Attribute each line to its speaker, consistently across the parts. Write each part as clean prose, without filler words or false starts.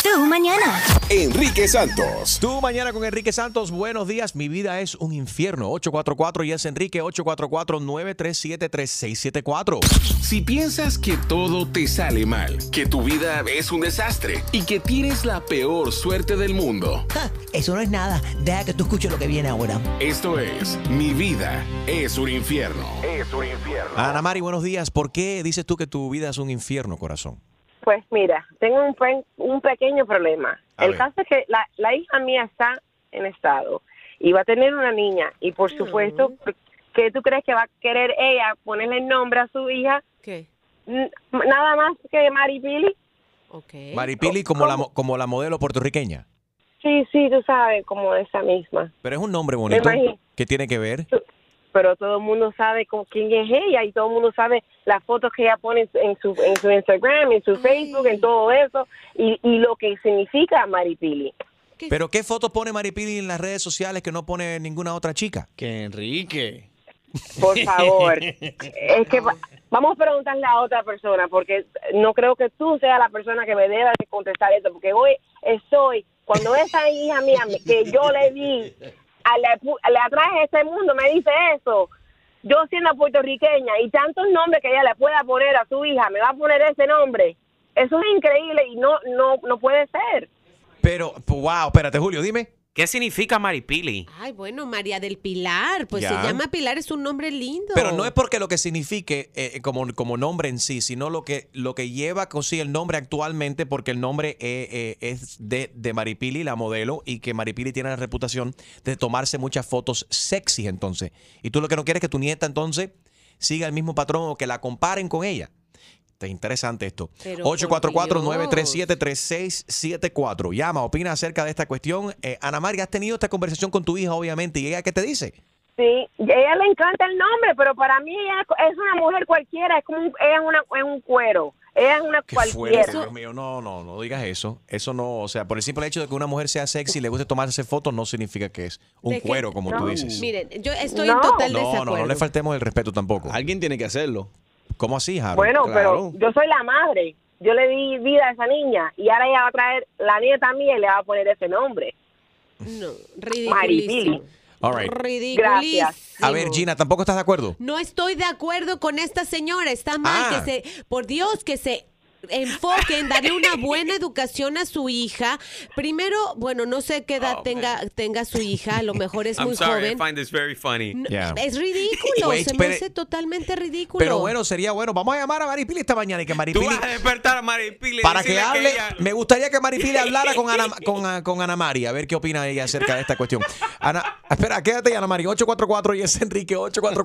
Speaker 1: Tu mañana.
Speaker 2: Enrique Santos.
Speaker 3: Tu mañana con Enrique Santos. Buenos días. Mi vida es un infierno. 844 y es Enrique 844-937-3674.
Speaker 2: Si piensas que todo te sale mal, que tu vida es un desastre y que tienes la peor suerte del mundo.
Speaker 4: Eso no es nada. Deja que tú escuches lo que viene ahora.
Speaker 2: Esto es Mi vida es un infierno. Es un infierno.
Speaker 3: Ana Mari, buenos días. ¿Por qué dices tú que tu vida es un infierno, corazón?
Speaker 5: Pues mira, tengo un pequeño problema.
Speaker 3: A
Speaker 5: El
Speaker 3: ver.
Speaker 5: caso es que la hija mía está en estado y va a tener una niña y por supuesto, ¿qué tú crees que va a querer ella ponerle el nombre a su hija?
Speaker 6: ¿Qué?
Speaker 5: Nada más que Maripili.
Speaker 6: Ok.
Speaker 3: Maripili como la modelo puertorriqueña.
Speaker 5: Sí, tú sabes, como esa misma.
Speaker 3: Pero es un nombre bonito.
Speaker 5: imagino.
Speaker 3: ¿Qué tiene que ver?
Speaker 5: Pero todo el mundo sabe quién es ella y todo el mundo sabe las fotos que ella pone en su Instagram, en su Facebook, en todo eso y lo que significa Maripili.
Speaker 3: ¿Pero qué fotos pone Maripili en las redes sociales que no pone ninguna otra chica?
Speaker 7: Que Enrique.
Speaker 5: Por favor. Es que vamos a preguntarle a otra persona porque no creo que tú seas la persona que me deba de contestar esto porque hoy cuando esa hija mía que yo le di le atraje a ese mundo, me dice eso, yo siendo puertorriqueña y tantos nombres que ella le pueda poner a su hija, me va a poner ese nombre. Eso es increíble y no puede ser.
Speaker 3: Pero, wow, espérate, Julio, dime.
Speaker 8: ¿Qué significa Maripili?
Speaker 6: Ay, bueno, María del Pilar, pues
Speaker 3: Ya.
Speaker 6: se llama Pilar, es un nombre lindo.
Speaker 3: Pero no es porque lo que signifique como nombre en sí, sino lo que lleva consigo el nombre actualmente, porque el nombre es de Maripili, la modelo, y que Maripili tiene la reputación de tomarse muchas fotos sexy entonces. Y tú lo que no quieres es que tu nieta entonces siga el mismo patrón o que la comparen con ella. Está interesante esto.
Speaker 6: Pero,
Speaker 3: 844-937-3674. Llama, opina acerca de esta cuestión. Ana María, has tenido esta conversación con tu hija, obviamente, ¿y ella qué te dice?
Speaker 5: Sí, a ella le encanta el nombre, pero para mí ella es una mujer cualquiera, es un cuero. Ella es una
Speaker 3: ¿Qué
Speaker 5: cualquiera.
Speaker 3: fuerte, Dios mío? No digas eso. Eso no, o sea, por el simple hecho de que una mujer sea sexy y le guste tomarse fotos, no significa que es un
Speaker 6: ¿De qué?
Speaker 3: cuero, como tú dices.
Speaker 6: Miren, yo estoy
Speaker 5: No.
Speaker 6: en total desacuerdo.
Speaker 3: No le faltemos el respeto tampoco.
Speaker 7: Alguien tiene que hacerlo.
Speaker 3: ¿Cómo así, Harold?
Speaker 5: Bueno,
Speaker 7: Claro.
Speaker 5: pero yo soy la madre. Yo le di vida a esa niña y ahora ella va a traer la nieta mía y le va a poner ese nombre.
Speaker 6: No,
Speaker 5: Maripili.
Speaker 6: ridiculísimo.
Speaker 3: All right.
Speaker 6: Ridiculísimo.
Speaker 3: A ver, Gina, ¿tampoco estás de acuerdo?
Speaker 6: No estoy de acuerdo con esta señora. Está mal
Speaker 3: Ah.
Speaker 6: por Dios, que se enfoque en darle una buena educación a su hija. Primero, bueno, no sé qué edad tenga su hija, a lo mejor es
Speaker 8: I'm
Speaker 6: muy
Speaker 8: sorry,
Speaker 6: joven.
Speaker 8: I find this very funny.
Speaker 6: No,
Speaker 3: Yeah.
Speaker 6: Es ridículo,
Speaker 3: Wait,
Speaker 6: se me
Speaker 3: espere.
Speaker 6: hace totalmente ridículo.
Speaker 3: Pero bueno, sería bueno. Vamos a llamar a Maripili esta mañana y que
Speaker 8: Tú
Speaker 3: Maripili...
Speaker 8: vas a despertar a Maripili.
Speaker 3: Para que
Speaker 8: decirle
Speaker 3: hable,
Speaker 8: ella-
Speaker 3: me gustaría que Maripili hablara con Ana María, a ver qué opina ella acerca de esta cuestión. Espera, quédate, Ana María, 844 y es Enrique,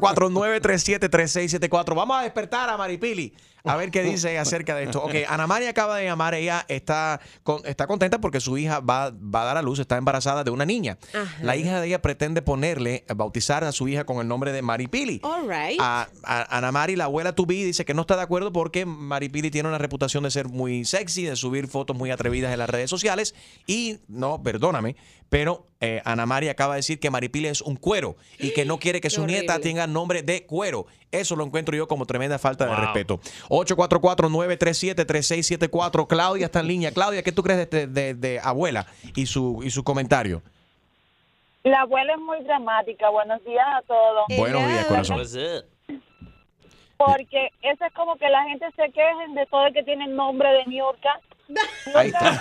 Speaker 3: 844-937-3674. Vamos a despertar a Maripili, a ver qué dice ella acerca de esto. Ok, Ana María acaba de llamar, ella está contenta porque su hija va a dar a luz, está embarazada de una niña.
Speaker 6: Ajá.
Speaker 3: La hija de ella pretende bautizar a su hija con el nombre de Maripili.
Speaker 6: All right.
Speaker 3: Ana Mari, la abuela to be, dice que no está de acuerdo porque Maripili tiene una reputación de ser muy sexy, de subir fotos muy atrevidas en las redes sociales. Y no, perdóname, pero Ana Mari acaba de decir que Maripili es un cuero y que no quiere que
Speaker 6: Qué
Speaker 3: su nieta
Speaker 6: horrible.
Speaker 3: tenga nombre de cuero. Eso lo encuentro yo como tremenda falta de respeto. 844-937-3674. Claudia está en línea. Claudia, ¿qué tú crees de abuela y su comentario?
Speaker 9: La abuela es muy dramática. Buenos días a todos.
Speaker 3: Buenos días, corazón.
Speaker 8: What's it?
Speaker 9: Porque eso es como que la gente se quejen de todo el que tiene el nombre de Niurka.
Speaker 3: Ahí está.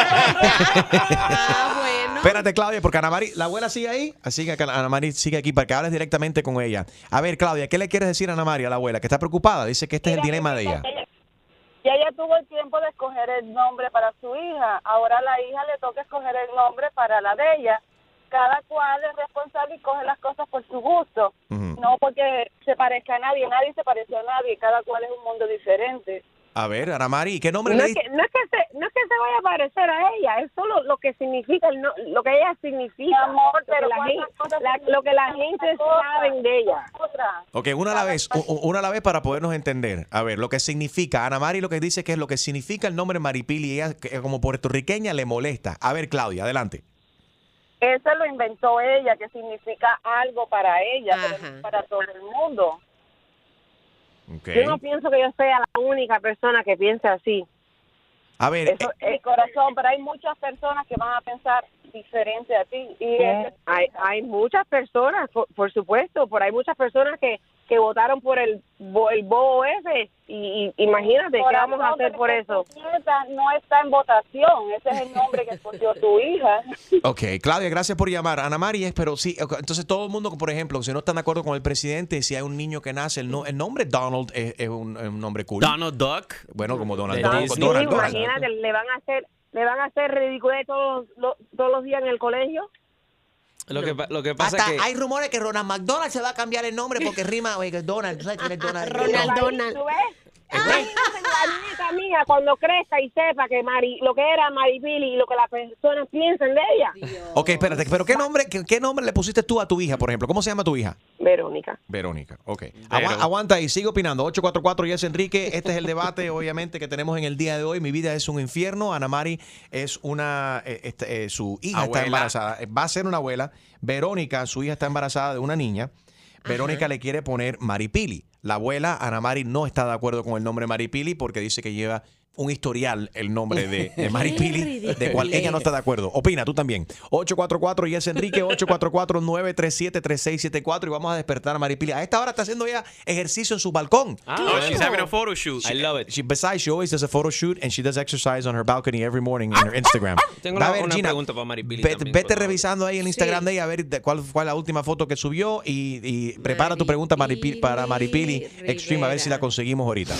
Speaker 6: Ah, bueno.
Speaker 3: Espérate, Claudia, porque Ana Mari, la abuela sigue ahí, así que Ana Mari sigue aquí para que hables directamente con ella. A ver, Claudia, ¿qué le quieres decir a Ana Mari, a la abuela? Que está preocupada, dice que este es el dilema de ella.
Speaker 9: Ya ella tuvo el tiempo de escoger el nombre para su hija. Ahora a la hija le toca escoger el nombre para la de ella. Cada cual es responsable y coge las cosas por su gusto.
Speaker 3: Ujú.
Speaker 9: No porque se parezca a nadie. Nadie se parece a nadie. Cada cual es un mundo diferente.
Speaker 3: A ver, Ana Mari, ¿qué nombre
Speaker 5: No
Speaker 3: le
Speaker 5: es,
Speaker 3: diste?
Speaker 5: que, no, es que se vaya a parecer a ella, es solo lo que significa, lo que ella significa,
Speaker 9: Mi amor,
Speaker 5: lo que
Speaker 9: pero
Speaker 5: la
Speaker 9: ¿cuántas
Speaker 5: gente,
Speaker 9: cosas
Speaker 5: lo que la
Speaker 9: significan
Speaker 5: gente
Speaker 9: una cosa?
Speaker 5: sabe de ella.
Speaker 9: Otra.
Speaker 3: Ok, una a la vez para podernos entender. A ver, lo que significa, Ana Mari lo que dice que es lo que significa el nombre Maripili y ella como puertorriqueña le molesta. A ver, Claudia, adelante.
Speaker 9: Eso lo inventó ella, que significa algo para ella, pero
Speaker 6: Ajá.
Speaker 9: no para todo el mundo.
Speaker 3: Okay.
Speaker 5: Yo no pienso que yo sea la única persona que piense así.
Speaker 3: A ver,
Speaker 9: Eso es mi corazón, pero hay muchas personas que van a pensar diferente a ti. Y
Speaker 5: Hay muchas personas, por supuesto, hay muchas personas que votaron por el bobo ese y imagínate, ¿qué vamos a hacer por eso?
Speaker 9: No está en votación, ese es el nombre que escogió tu hija.
Speaker 3: ok, Claudia, gracias por llamar. Ana María, pero sí, entonces todo el mundo, por ejemplo, si no están de acuerdo con el presidente, si hay un niño que nace, el nombre Donald es un nombre cool.
Speaker 8: Donald Duck.
Speaker 3: Bueno, como Donald
Speaker 8: De
Speaker 3: Duck.
Speaker 8: Disney.
Speaker 3: Donald Duck.
Speaker 5: Imagínate, le van a hacer ridículo todos los días en el colegio.
Speaker 7: Lo que pasa
Speaker 4: Hasta
Speaker 7: es que...
Speaker 4: hay rumores que Ronald McDonald se va a cambiar el nombre porque rima, oye, que Donald, ¿tú sabes quién es Donald?
Speaker 6: Donald.
Speaker 5: ¿Tú ves? La nieta mía cuando crezca y sepa que lo que era Maripili y lo que las personas piensan de ella.
Speaker 3: Ok, espérate, pero ¿qué nombre le pusiste tú a tu hija, por ejemplo? ¿Cómo se llama tu hija?
Speaker 5: Verónica.
Speaker 3: Verónica, ok.
Speaker 8: Vero.
Speaker 3: Aguanta y sigue opinando. 844 Yes Enrique. Este es el debate, obviamente, que tenemos en el día de hoy. Mi vida es un infierno. Ana Mari es su hija
Speaker 8: Abuela.
Speaker 3: está embarazada. Va a ser una abuela. Verónica, su hija está embarazada de una niña. Verónica le quiere poner Maripili. La abuela, Ana Mari, no está de acuerdo con el nombre Maripili porque dice que lleva un historial el nombre de Maripili, de cual ella no está de acuerdo. Opina, tú también. 844 Yes Enrique, 844-937-3674 y vamos a despertar a Maripili. A esta hora está haciendo ella ejercicio en su balcón.
Speaker 8: Oh, she's having a photo shoot.
Speaker 7: I love it.
Speaker 3: Besides, she always does a photo shoot and she does exercise on her balcony every morning in her Instagram.
Speaker 7: Tengo
Speaker 3: Va a
Speaker 7: una
Speaker 3: ver, Gina,
Speaker 7: pregunta para Maripili
Speaker 3: Vete
Speaker 7: también, por favor.
Speaker 3: revisando ahí en el Instagram de ella a ver cuál fue la última foto que subió y prepara tu pregunta para Maripili Extreme a ver si la conseguimos ahorita.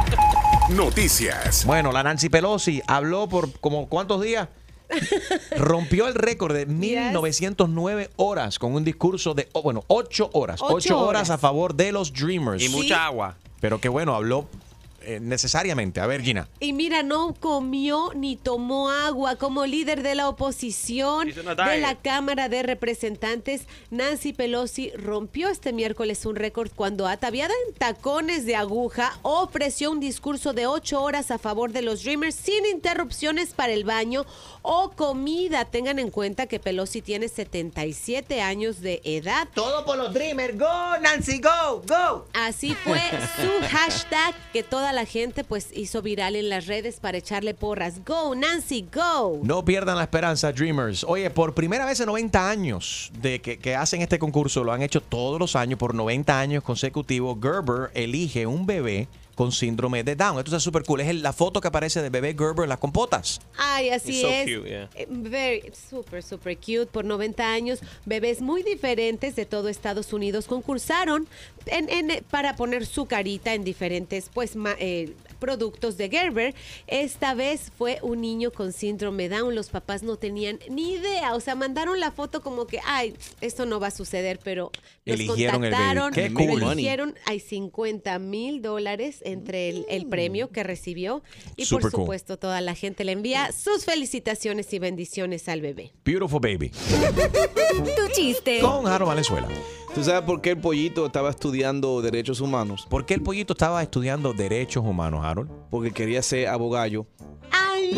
Speaker 2: Noticias.
Speaker 3: Bueno, la Nancy Pelosi habló por como ¿cuántos días? Rompió el récord de 1909 horas con un discurso de 8 horas. 8 horas a favor de los Dreamers.
Speaker 8: Y mucha agua.
Speaker 3: Pero qué bueno, habló necesariamente. A ver, Gina.
Speaker 6: Y mira, no comió ni tomó agua como líder de la oposición
Speaker 8: Hizo una
Speaker 6: de
Speaker 8: diet.
Speaker 6: la Cámara de Representantes. Nancy Pelosi rompió este miércoles un récord cuando, ataviada en tacones de aguja, ofreció un discurso de 8 horas a favor de los Dreamers sin interrupciones para el baño o comida. Tengan en cuenta que Pelosi tiene 77 años de edad.
Speaker 4: Todo por los Dreamers. Go, Nancy, go, go.
Speaker 6: Así fue su hashtag que toda la gente pues hizo viral en las redes para echarle porras. Go, Nancy, go.
Speaker 3: No pierdan la esperanza, Dreamers. Oye, por primera vez en 90 años de que hacen este concurso, lo han hecho todos los años, por 90 años consecutivos, Gerber elige un bebé con síndrome de Down. Esto es súper cool. Es la foto que aparece del bebé Gerber en las compotas.
Speaker 6: Ay, así
Speaker 7: It's so
Speaker 6: es.
Speaker 7: cute, yeah.
Speaker 6: Super cute. Por 90 años, bebés muy diferentes de todo Estados Unidos concursaron para poner su carita en diferentes productos de Gerber. Esta vez fue un niño con síndrome Down. Los papás no tenían ni idea. O sea, mandaron la foto como que, ay, esto no va a suceder, pero los
Speaker 3: Eligieron el baby.
Speaker 6: contactaron.
Speaker 3: Qué
Speaker 6: lo
Speaker 3: cool.
Speaker 6: eligieron. Hay $50,000 entre el premio que recibió. Y
Speaker 3: Super
Speaker 6: por
Speaker 3: cool.
Speaker 6: supuesto, toda la gente le envía sus felicitaciones y bendiciones al bebé.
Speaker 3: Beautiful baby.
Speaker 1: Tu chiste.
Speaker 3: Con Harold Valenzuela.
Speaker 7: ¿Tú sabes por qué el pollito estaba estudiando derechos humanos?
Speaker 3: ¿Por qué el pollito estaba estudiando derechos humanos, Harold?
Speaker 7: Porque quería ser abogado.
Speaker 6: ¡Ay!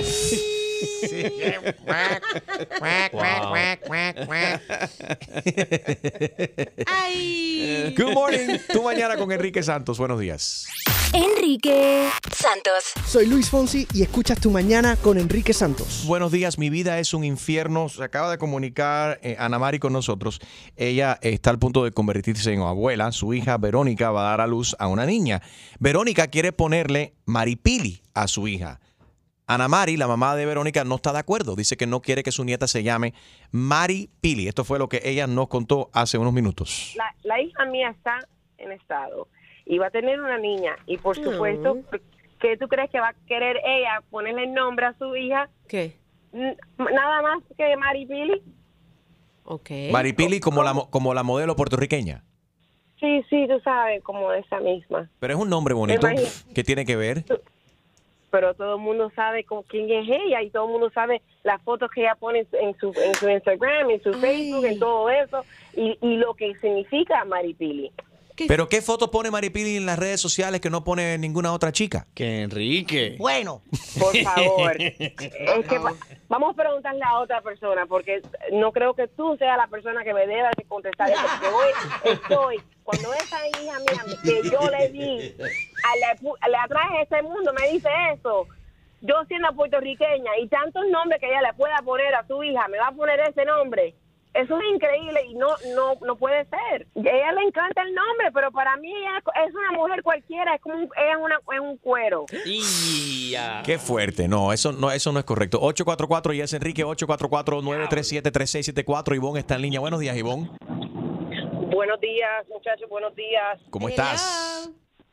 Speaker 6: ¡Ay!
Speaker 3: Good morning. Tu mañana con Enrique Santos. Buenos días.
Speaker 1: Enrique Santos.
Speaker 10: Soy Luis Fonsi y escuchas Tu Mañana con Enrique Santos.
Speaker 3: Buenos días, mi vida es un infierno. Se acaba de comunicar Ana Mari con nosotros. Ella está al punto de convertirse en abuela. Su hija Verónica va a dar a luz a una niña. Verónica quiere ponerle Maripili a su hija. Ana Mari, la mamá de Verónica, no está de acuerdo. Dice que no quiere que su nieta se llame Maripili. Esto fue lo que ella nos contó hace unos minutos.
Speaker 5: La hija mía está en estado y va a tener una niña y por supuesto, ¿qué tú crees que va a querer ella ponerle el nombre a su hija?
Speaker 6: ¿Qué?
Speaker 5: Nada más que Maripili.
Speaker 6: Ok.
Speaker 3: Maripili como la modelo puertorriqueña.
Speaker 5: Sí, tú sabes, como esa misma.
Speaker 3: Pero es un nombre bonito.
Speaker 5: Imagínate.
Speaker 3: ¿Qué tiene que ver?
Speaker 5: Pero todo el mundo sabe con quién es ella y todo el mundo sabe las fotos que ella pone en su Instagram, en su Facebook, en todo eso y lo que significa Maripili.
Speaker 3: ¿Pero qué fotos pone Maripili en las redes sociales que no pone ninguna otra chica?
Speaker 7: Que Enrique.
Speaker 4: Bueno.
Speaker 5: Por favor. Es que vamos a preguntarle a otra persona porque no creo que tú seas la persona que me deba de contestar eso. Porque cuando esa hija mía que yo le di, le atraje a este mundo, me dice eso. yo siendo puertorriqueña y tantos nombres que ella le pueda poner a su hija, me va a poner ese nombre. Eso es increíble y no puede ser. A ella le encanta el nombre, pero para mí ella es una mujer cualquiera, es un cuero.
Speaker 3: Qué fuerte. No, eso no es correcto. 844 y es Enrique 844-937-3674. Ivonne está en línea. Buenos días, Ivonne.
Speaker 5: Buenos días, muchachos, buenos días.
Speaker 3: ¿Cómo estás?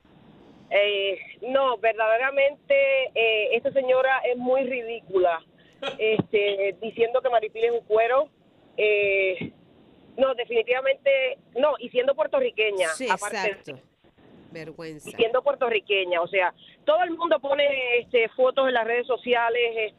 Speaker 5: No, verdaderamente esta señora es muy ridícula, diciendo que Maripili es un cuero. No, definitivamente no, y siendo puertorriqueña,
Speaker 6: Sí,
Speaker 5: aparte,
Speaker 6: exacto. Vergüenza.
Speaker 5: y siendo puertorriqueña, o sea, todo el mundo pone fotos en las redes sociales,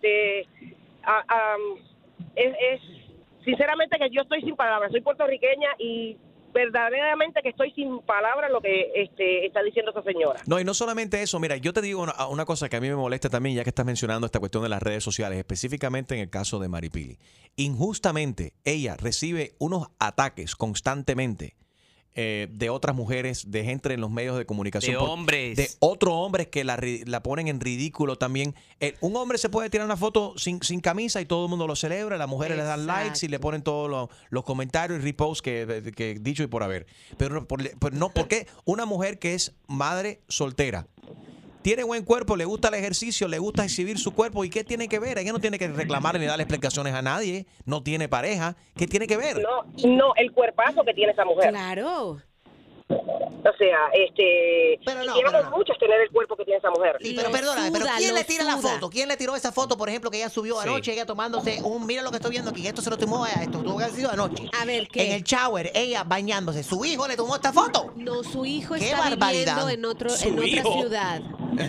Speaker 5: es sinceramente que yo estoy sin palabras, soy puertorriqueña y verdaderamente que estoy sin palabras lo que está diciendo esta señora.
Speaker 3: No, y no solamente eso, mira, yo te digo una cosa que a mí me molesta también, ya que estás mencionando esta cuestión de las redes sociales, específicamente en el caso de Maripili. Injustamente, ella recibe unos ataques constantemente de otras mujeres, de gente en los medios de comunicación.
Speaker 8: De hombres.
Speaker 3: De otros hombres que la ponen en ridículo también. Un hombre se puede tirar una foto sin camisa y todo el mundo lo celebra, las mujeres le dan likes y le ponen todos los comentarios y reposts que dicho y por haber. Pero no, porque una mujer que es madre soltera, tiene buen cuerpo, le gusta el ejercicio, le gusta exhibir su cuerpo. ¿Y qué tiene que ver? Ella no tiene que reclamar ni darle explicaciones a nadie. No tiene pareja. ¿Qué tiene que ver?
Speaker 5: No, el cuerpazo que tiene esa mujer.
Speaker 6: Claro.
Speaker 5: O sea, muchos tener el cuerpo que tiene esa mujer.
Speaker 4: Sí, pero perdóname, pero ¿quién le tira la foto? ¿Quién le tiró esa foto, por ejemplo, que ella subió anoche, ella tomándose mira lo que estoy viendo aquí, esto se lo tomó a esto, tuvo que haber sido anoche.
Speaker 6: A ver, ¿qué?
Speaker 4: En el shower, ella bañándose, ¿su hijo le tomó esta foto?
Speaker 6: No, su hijo
Speaker 4: ¡Qué
Speaker 6: está
Speaker 4: barbaridad!
Speaker 6: viviendo en otra ciudad.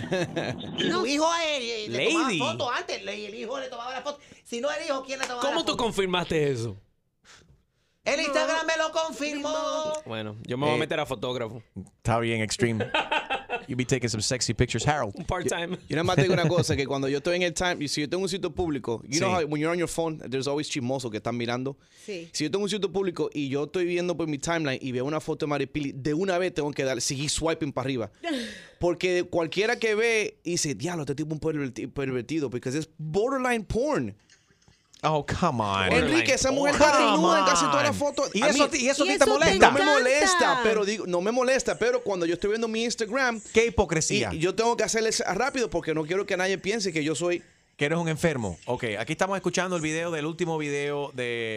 Speaker 4: Su hijo a él le tomaba
Speaker 8: Lady.
Speaker 4: foto antes, el hijo le tomaba la foto. Si no el hijo, ¿quién le tomaba la
Speaker 7: ¿Cómo
Speaker 4: foto?
Speaker 7: tú confirmaste eso?
Speaker 4: El Instagram me lo confirmó.
Speaker 7: Bueno, yo me voy a meter a fotógrafo.
Speaker 3: Está bien, Extreme. You be taking some sexy pictures, Harold.
Speaker 7: Part-time. Yo nada más te digo una cosa, que cuando yo estoy en el time, si yo tengo un sitio público, you know how when you're on your phone, there's always chismosos que están mirando.
Speaker 6: Sí.
Speaker 7: Si yo tengo un sitio público y yo estoy viendo por mi timeline y veo una foto de Maripili, de una vez tengo que seguir swiping para arriba. Porque cualquiera que ve y dice, diablo, este tipo es un pervertido, porque es borderline porn.
Speaker 3: Oh, come on.
Speaker 7: Enrique, esa mujer está desnuda en casi todas las fotos.
Speaker 3: ¿Y
Speaker 7: A
Speaker 3: eso,
Speaker 7: mí-
Speaker 3: y eso a ti
Speaker 6: Y
Speaker 3: te
Speaker 6: eso
Speaker 3: molesta?
Speaker 7: no me molesta, pero digo, no me molesta, pero cuando yo estoy viendo mi Instagram,
Speaker 3: Qué hipocresía.
Speaker 7: y yo tengo que hacerle rápido porque no quiero que nadie piense que yo soy.
Speaker 3: Que eres un enfermo. Ok, aquí estamos escuchando el audio del último video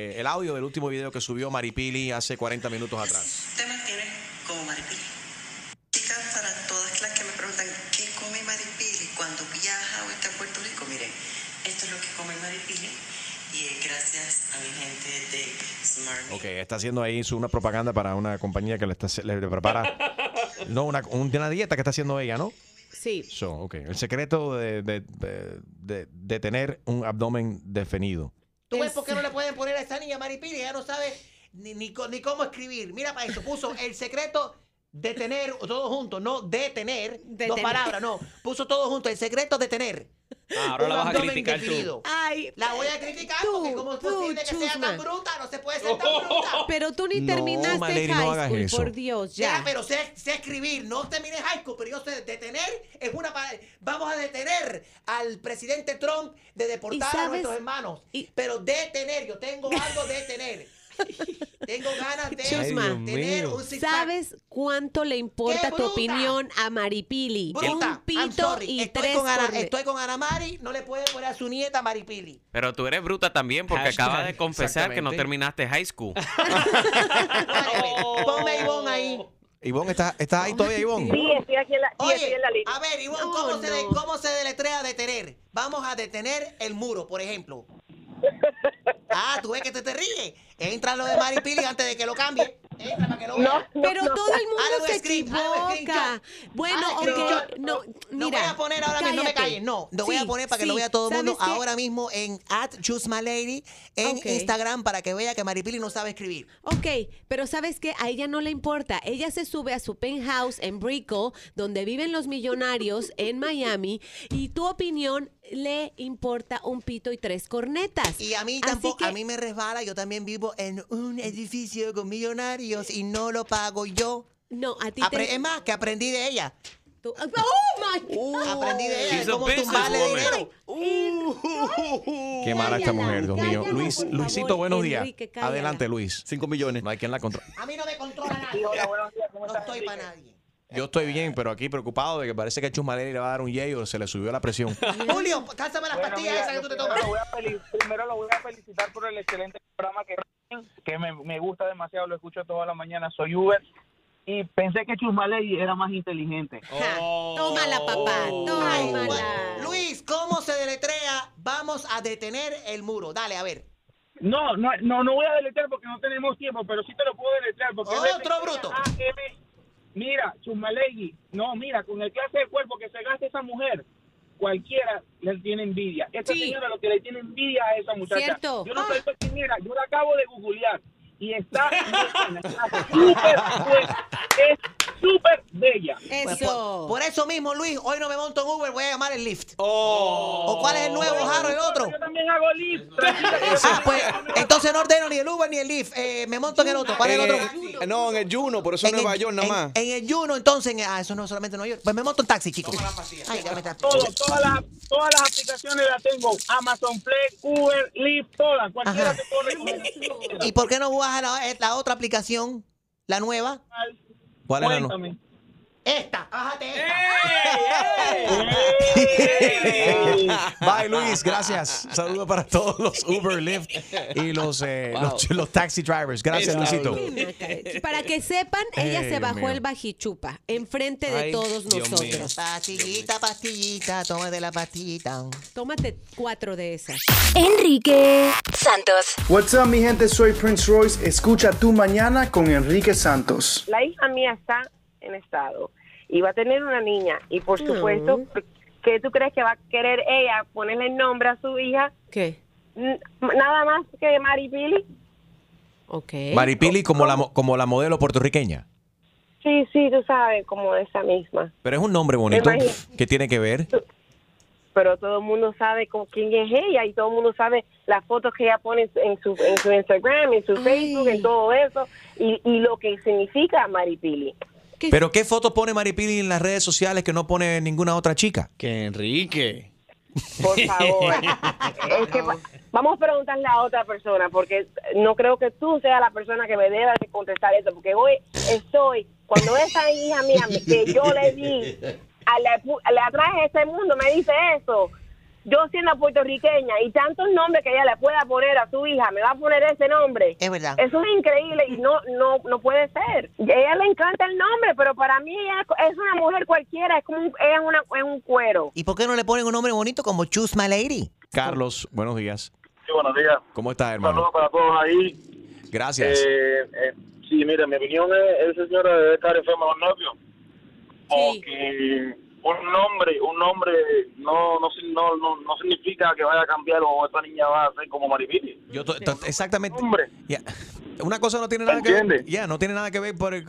Speaker 3: que subió Maripili hace 40 minutos atrás.
Speaker 11: Te mantienes como Maripili. Chicas, para todas las que me preguntan qué come Maripili cuando viaja o está en Puerto Rico, miren, esto es lo que come Maripili y es gracias a mi gente de Smart Me.
Speaker 3: Ok, está haciendo ahí una propaganda para una compañía que le prepara una dieta que está haciendo ella, ¿no?
Speaker 6: Sí.
Speaker 3: Okay. El secreto de tener un abdomen definido.
Speaker 4: ¿Tú ves por qué no le pueden poner a esta niña Maripili? Ella no sabe ni cómo escribir. Mira para eso, puso el secreto de tener, todo junto, no de tener, dos palabras, no. Puso todo junto, el secreto de tener.
Speaker 8: Ahora
Speaker 4: un
Speaker 8: la vas a
Speaker 4: abdomen
Speaker 8: criticar
Speaker 4: definido.
Speaker 6: Ay,
Speaker 4: La voy a criticar porque como es posible que sea tan bruta, no se puede ser tan bruta.
Speaker 6: pero tú ni
Speaker 3: No,
Speaker 6: terminaste
Speaker 3: Maleni, no
Speaker 6: high
Speaker 3: hagas
Speaker 6: school,
Speaker 3: eso.
Speaker 6: por Dios, ya.
Speaker 4: Pero sé escribir, no terminé high school, pero yo sé detener es una vamos a detener al presidente Trump de deportar
Speaker 6: ¿Y
Speaker 4: a
Speaker 6: sabes?
Speaker 4: nuestros hermanos. Pero detener, yo tengo algo de tener. Tengo ganas de
Speaker 6: Chusma,
Speaker 4: tener un six-pack.
Speaker 6: ¿Sabes cuánto le importa
Speaker 4: ¡Qué
Speaker 6: tu
Speaker 4: bruta!
Speaker 6: opinión a Maripili?
Speaker 4: Bruta,
Speaker 6: Un pito
Speaker 4: I'm sorry.
Speaker 6: y
Speaker 4: estoy
Speaker 6: tres
Speaker 4: estoy con Ana Mari, no le puede poner a su nieta Maripili.
Speaker 8: Pero tú eres bruta también porque
Speaker 7: Hashtag,
Speaker 8: acabas de confesar que no
Speaker 7: exactamente.
Speaker 8: terminaste high school.
Speaker 4: Ponme a Ivonne ahí.
Speaker 3: Ivonne, ¿estás ahí todavía, Ivonne?
Speaker 5: Sí, estoy aquí en la, sí, estoy
Speaker 4: Oye,
Speaker 5: en la línea.
Speaker 4: a ver, Ivonne, ¿cómo se deletrea detener? Vamos a detener el muro, por ejemplo. Tú ves que te ríes. Entra lo de Maripili antes de que lo cambie. Entra para que lo vea.
Speaker 6: Pero todo el mundo
Speaker 4: Hazle un
Speaker 6: se
Speaker 4: screen, hazle un
Speaker 6: equivoca. Bueno,
Speaker 4: Hazle
Speaker 6: ok,
Speaker 4: screenshot.
Speaker 6: no,
Speaker 4: Lo
Speaker 6: mira.
Speaker 4: voy a poner ahora mismo, no me
Speaker 6: cállate.
Speaker 4: calles, no. Lo voy
Speaker 6: Sí,
Speaker 4: a poner para que lo
Speaker 6: sí.
Speaker 4: vea todo el mundo
Speaker 6: ¿Sabes qué?
Speaker 4: ahora mismo en @ChooseMyLady en
Speaker 6: Ok.
Speaker 4: Instagram para que vea que Maripili no sabe escribir.
Speaker 6: Ok, pero ¿sabes qué? A ella no le importa. Ella se sube a su penthouse en Brickell, donde viven los millonarios en Miami, y tu opinión le importa un pito y tres cornetas.
Speaker 4: Y a mí
Speaker 6: Así
Speaker 4: tampoco,
Speaker 6: que-
Speaker 4: a mí me resbala, yo también vivo en un edificio con millonarios y no lo pago yo.
Speaker 6: No, a ti
Speaker 4: Es más, que aprendí de ella.
Speaker 6: Oh my God.
Speaker 4: Aprendí de ella
Speaker 8: She's
Speaker 4: de
Speaker 8: a
Speaker 4: cómo tumbarle
Speaker 8: businesswoman.
Speaker 4: dinero.
Speaker 3: Qué mala esta mujer, Dios mío.
Speaker 6: Cállala,
Speaker 3: Luis,
Speaker 6: por favor,
Speaker 3: Luisito, buenos días.
Speaker 6: Enrique, cállala.
Speaker 3: Adelante, Luis.
Speaker 7: 5 millones.
Speaker 3: No hay quien la controle.
Speaker 4: A mí no me controla nadie.
Speaker 12: Hola, buenos días, ¿cómo
Speaker 4: No
Speaker 12: estás,
Speaker 4: estoy
Speaker 12: Enrique?
Speaker 4: para nadie.
Speaker 3: Yo estoy bien, pero aquí preocupado de que parece que Chusmaleri le va a dar un yey o se le subió la presión.
Speaker 4: Julio, cálzame las
Speaker 12: Bueno,
Speaker 4: pastillas
Speaker 12: mira,
Speaker 4: esas que tú te
Speaker 12: primero
Speaker 4: tomas.
Speaker 12: primero lo voy a felicitar por el excelente programa que me gusta demasiado, lo escucho toda la mañana, soy Uber. Y pensé que Chusmaleri era más inteligente.
Speaker 6: Tómala, papá,
Speaker 4: Ay,
Speaker 6: tómala.
Speaker 4: Luis, ¿cómo se deletrea? Vamos a detener el muro. Dale, a ver.
Speaker 12: No voy a deletrear porque no tenemos tiempo, pero sí te lo puedo deletrear porque
Speaker 4: Otro bruto.
Speaker 12: Mira, Chusmaleri, no, mira, con el clase de cuerpo que se gasta esa mujer, cualquiera le tiene envidia. Esta señora lo que le tiene envidia a esa muchacha.
Speaker 6: Cierto.
Speaker 12: Yo no sé quién era, yo la acabo de googlear y está súper buena, es súper bella.
Speaker 4: Pues
Speaker 6: Eso.
Speaker 4: por eso mismo, Luis, hoy no me monto en Uber, voy a llamar el Lyft. ¿O cuál es el nuevo, Jaro, el otro?
Speaker 12: Yo también hago Lyft.
Speaker 4: Pues entonces no ordeno ni el Uber ni el Lyft. Me monto en el otro. ¿Cuál es el otro?
Speaker 7: No, en el Juno, por eso es Nueva York nada más.
Speaker 4: En el Juno, entonces, eso no es solamente Nueva York. Pues me monto en taxi, chicos. Ay, ya me está.
Speaker 12: Todas las aplicaciones las tengo. Amazon Play, Uber, Lyft, todas. Cualquiera
Speaker 4: Ajá.
Speaker 12: te corre.
Speaker 4: ¿Y por qué no bajas la otra aplicación, la nueva?
Speaker 3: ¿Cuál es la no?
Speaker 12: Cuéntame.
Speaker 4: Esta, bájate esta.
Speaker 3: Bye, Luis, gracias. Saludos para todos los Uber, Lyft y los taxi drivers. Gracias, Luisito.
Speaker 6: Para que sepan, ella
Speaker 3: Ay,
Speaker 6: se bajó
Speaker 3: Dios mío.
Speaker 6: el bajichupa enfrente de
Speaker 7: Ay,
Speaker 6: todos
Speaker 7: Dios
Speaker 6: nosotros.
Speaker 4: Pastillita, pastillita, tómate la pastillita.
Speaker 6: Tómate 4 de esas.
Speaker 1: Enrique Santos.
Speaker 10: What's up, mi gente? Soy Prince Royce. Escucha Tu Mañana con Enrique Santos.
Speaker 5: La hija mía está en estado y va a tener una niña y por supuesto, ¿qué tú crees que va a querer ella ponerle el nombre a su hija?
Speaker 6: ¿Qué?
Speaker 5: Nada más que Maripili.
Speaker 6: Ok.
Speaker 3: Maripili como la modelo puertorriqueña.
Speaker 5: Sí, tú sabes, como esa misma.
Speaker 3: Pero es un nombre bonito.
Speaker 5: Imagina-
Speaker 3: ¿Qué tiene que ver?
Speaker 5: Pero todo el mundo sabe con quién es ella y todo el mundo sabe las fotos que ella pone en su Instagram, en su Facebook, en todo eso y lo que significa Maripili.
Speaker 3: ¿Pero qué fotos pone Maripili en las redes sociales que no pone ninguna otra chica?
Speaker 7: Que Enrique.
Speaker 5: Por favor. Es que vamos a preguntarle a otra persona porque no creo que tú seas la persona que me deba de contestar eso porque hoy cuando esa hija mía que yo le di le atrae a este mundo me dice eso, yo siendo puertorriqueña y tantos nombres que ella le pueda poner a su hija, me va a poner ese nombre.
Speaker 4: Es verdad.
Speaker 5: Eso es increíble y no puede ser. A ella le encanta el nombre, pero para mí ella es una mujer cualquiera, es un cuero.
Speaker 4: ¿Y por qué no le ponen un nombre bonito como Choose My Lady?
Speaker 3: Carlos, buenos días.
Speaker 12: Sí, buenos días.
Speaker 3: ¿Cómo estás, hermano?
Speaker 12: Saludos para todos ahí.
Speaker 3: Gracias.
Speaker 12: Sí, mira, mi opinión es esa señora debe estar enferma de los nervios. Porque un nombre no significa que vaya a cambiar o esta niña va a ser como Maripili.
Speaker 3: Exactamente. Ya. Una cosa no tiene nada que ver. Ya, no tiene nada que ver por el.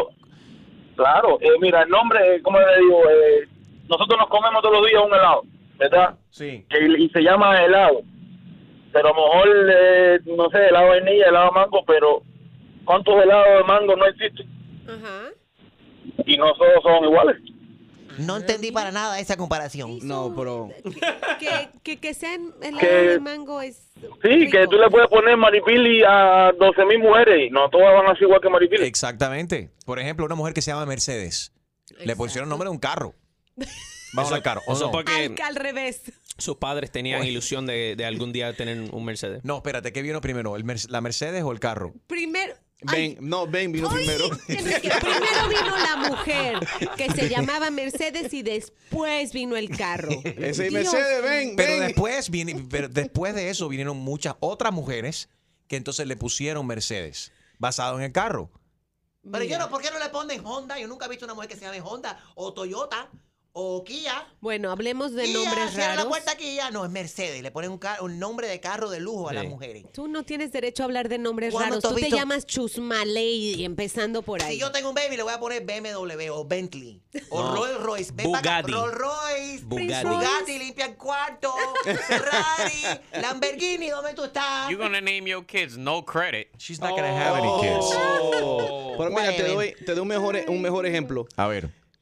Speaker 12: Claro, mira, el nombre, como le digo, nosotros nos comemos todos los días un helado, ¿verdad?
Speaker 3: Sí.
Speaker 12: Y se llama helado. Pero a lo mejor, no sé, helado de vainilla, helado de mango, pero ¿cuántos helados de mango no existen?
Speaker 6: Ajá.
Speaker 12: Y no todos son iguales.
Speaker 4: No entendí para nada esa comparación.
Speaker 7: No, pero...
Speaker 6: Que sean helado
Speaker 12: Que-
Speaker 6: de mango es...
Speaker 12: Sí, que tú le puedes poner Maripili a 12,000 mujeres y no todas van a ser igual que Maripili.
Speaker 3: Exactamente. Por ejemplo, una mujer que se llama Mercedes. Le pusieron nombre de un carro. Vamos al carro. ¿o
Speaker 8: Eso
Speaker 3: no?
Speaker 8: porque
Speaker 6: Al revés.
Speaker 8: sus padres tenían ilusión de algún día tener un Mercedes.
Speaker 3: No, espérate, ¿qué vino primero? ¿La Mercedes o el carro?
Speaker 6: Primero...
Speaker 7: Ben vino primero.
Speaker 6: Enrique, primero vino la mujer que se llamaba Mercedes y después vino el carro.
Speaker 7: Ese
Speaker 6: Dios.
Speaker 7: Mercedes, ven.
Speaker 3: Pero después de eso vinieron muchas otras mujeres que entonces le pusieron Mercedes basado en el carro.
Speaker 4: Pero yo no, ¿por qué no le ponen Honda? Yo nunca he visto una mujer que se llame Honda o Toyota o Kia.
Speaker 6: Bueno, hablemos de
Speaker 4: Kia,
Speaker 6: nombres
Speaker 4: cierra la
Speaker 6: raros.
Speaker 4: puerta Kia. No, es Mercedes. Le ponen un nombre de carro de lujo a las
Speaker 8: Sí.
Speaker 4: mujeres.
Speaker 6: Tú no tienes derecho a hablar de nombres
Speaker 4: ¿Cuándo
Speaker 6: raros.
Speaker 4: tú has
Speaker 6: Tú te
Speaker 4: visto?
Speaker 6: llamas Chusma Lady, empezando por ahí.
Speaker 4: Si yo tengo un baby, le voy a poner BMW o Bentley o Rolls Royce. Ven para acá.
Speaker 8: Bugatti.
Speaker 4: Rolls Royce,
Speaker 8: Bugatti.
Speaker 4: Bugatti, limpia el cuarto, Ferrari, Lamborghini, ¿dónde tú estás?
Speaker 8: You're gonna name your kids no credit.
Speaker 3: She's not gonna have any kids.
Speaker 7: Pero mira, te doy un mejor ejemplo.
Speaker 3: A ver.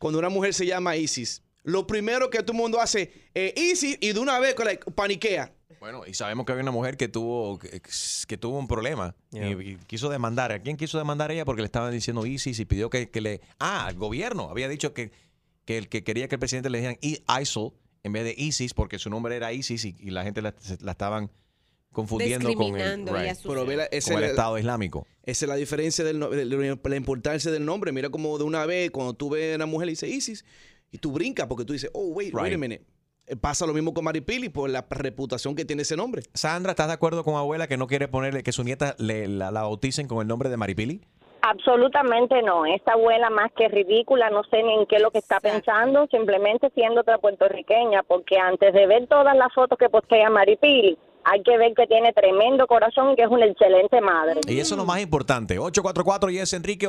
Speaker 7: cuando una mujer se llama Isis, lo primero que todo el mundo hace es Isis y de una vez paniquea.
Speaker 3: Bueno, y sabemos que había una mujer que tuvo un problema y quiso demandar. ¿A quién quiso demandar ella? Porque le estaban diciendo ISIS y pidió que le... al gobierno. Había dicho que quería que el presidente le dijeran ISIL en vez de ISIS porque su nombre era ISIS y la gente la estaban confundiendo con el Estado Islámico.
Speaker 7: Esa es la diferencia, la importancia del nombre. Mira como de una vez cuando tú ves a una mujer y dice ISIS y tú brincas porque tú dices, oh, wait a minute. Pasa lo mismo con Maripili por la reputación que tiene ese nombre.
Speaker 3: Sandra, ¿estás de acuerdo con abuela que no quiere ponerle que su nieta la bauticen con el nombre de Maripili?
Speaker 5: Absolutamente no. Esta abuela más que ridícula, no sé ni en qué es lo que está pensando, simplemente siendo otra puertorriqueña, porque antes de ver todas las fotos que postea Maripili, hay que ver que tiene tremendo corazón y que es una excelente madre.
Speaker 3: Y eso es lo más importante. 844 y es Enrique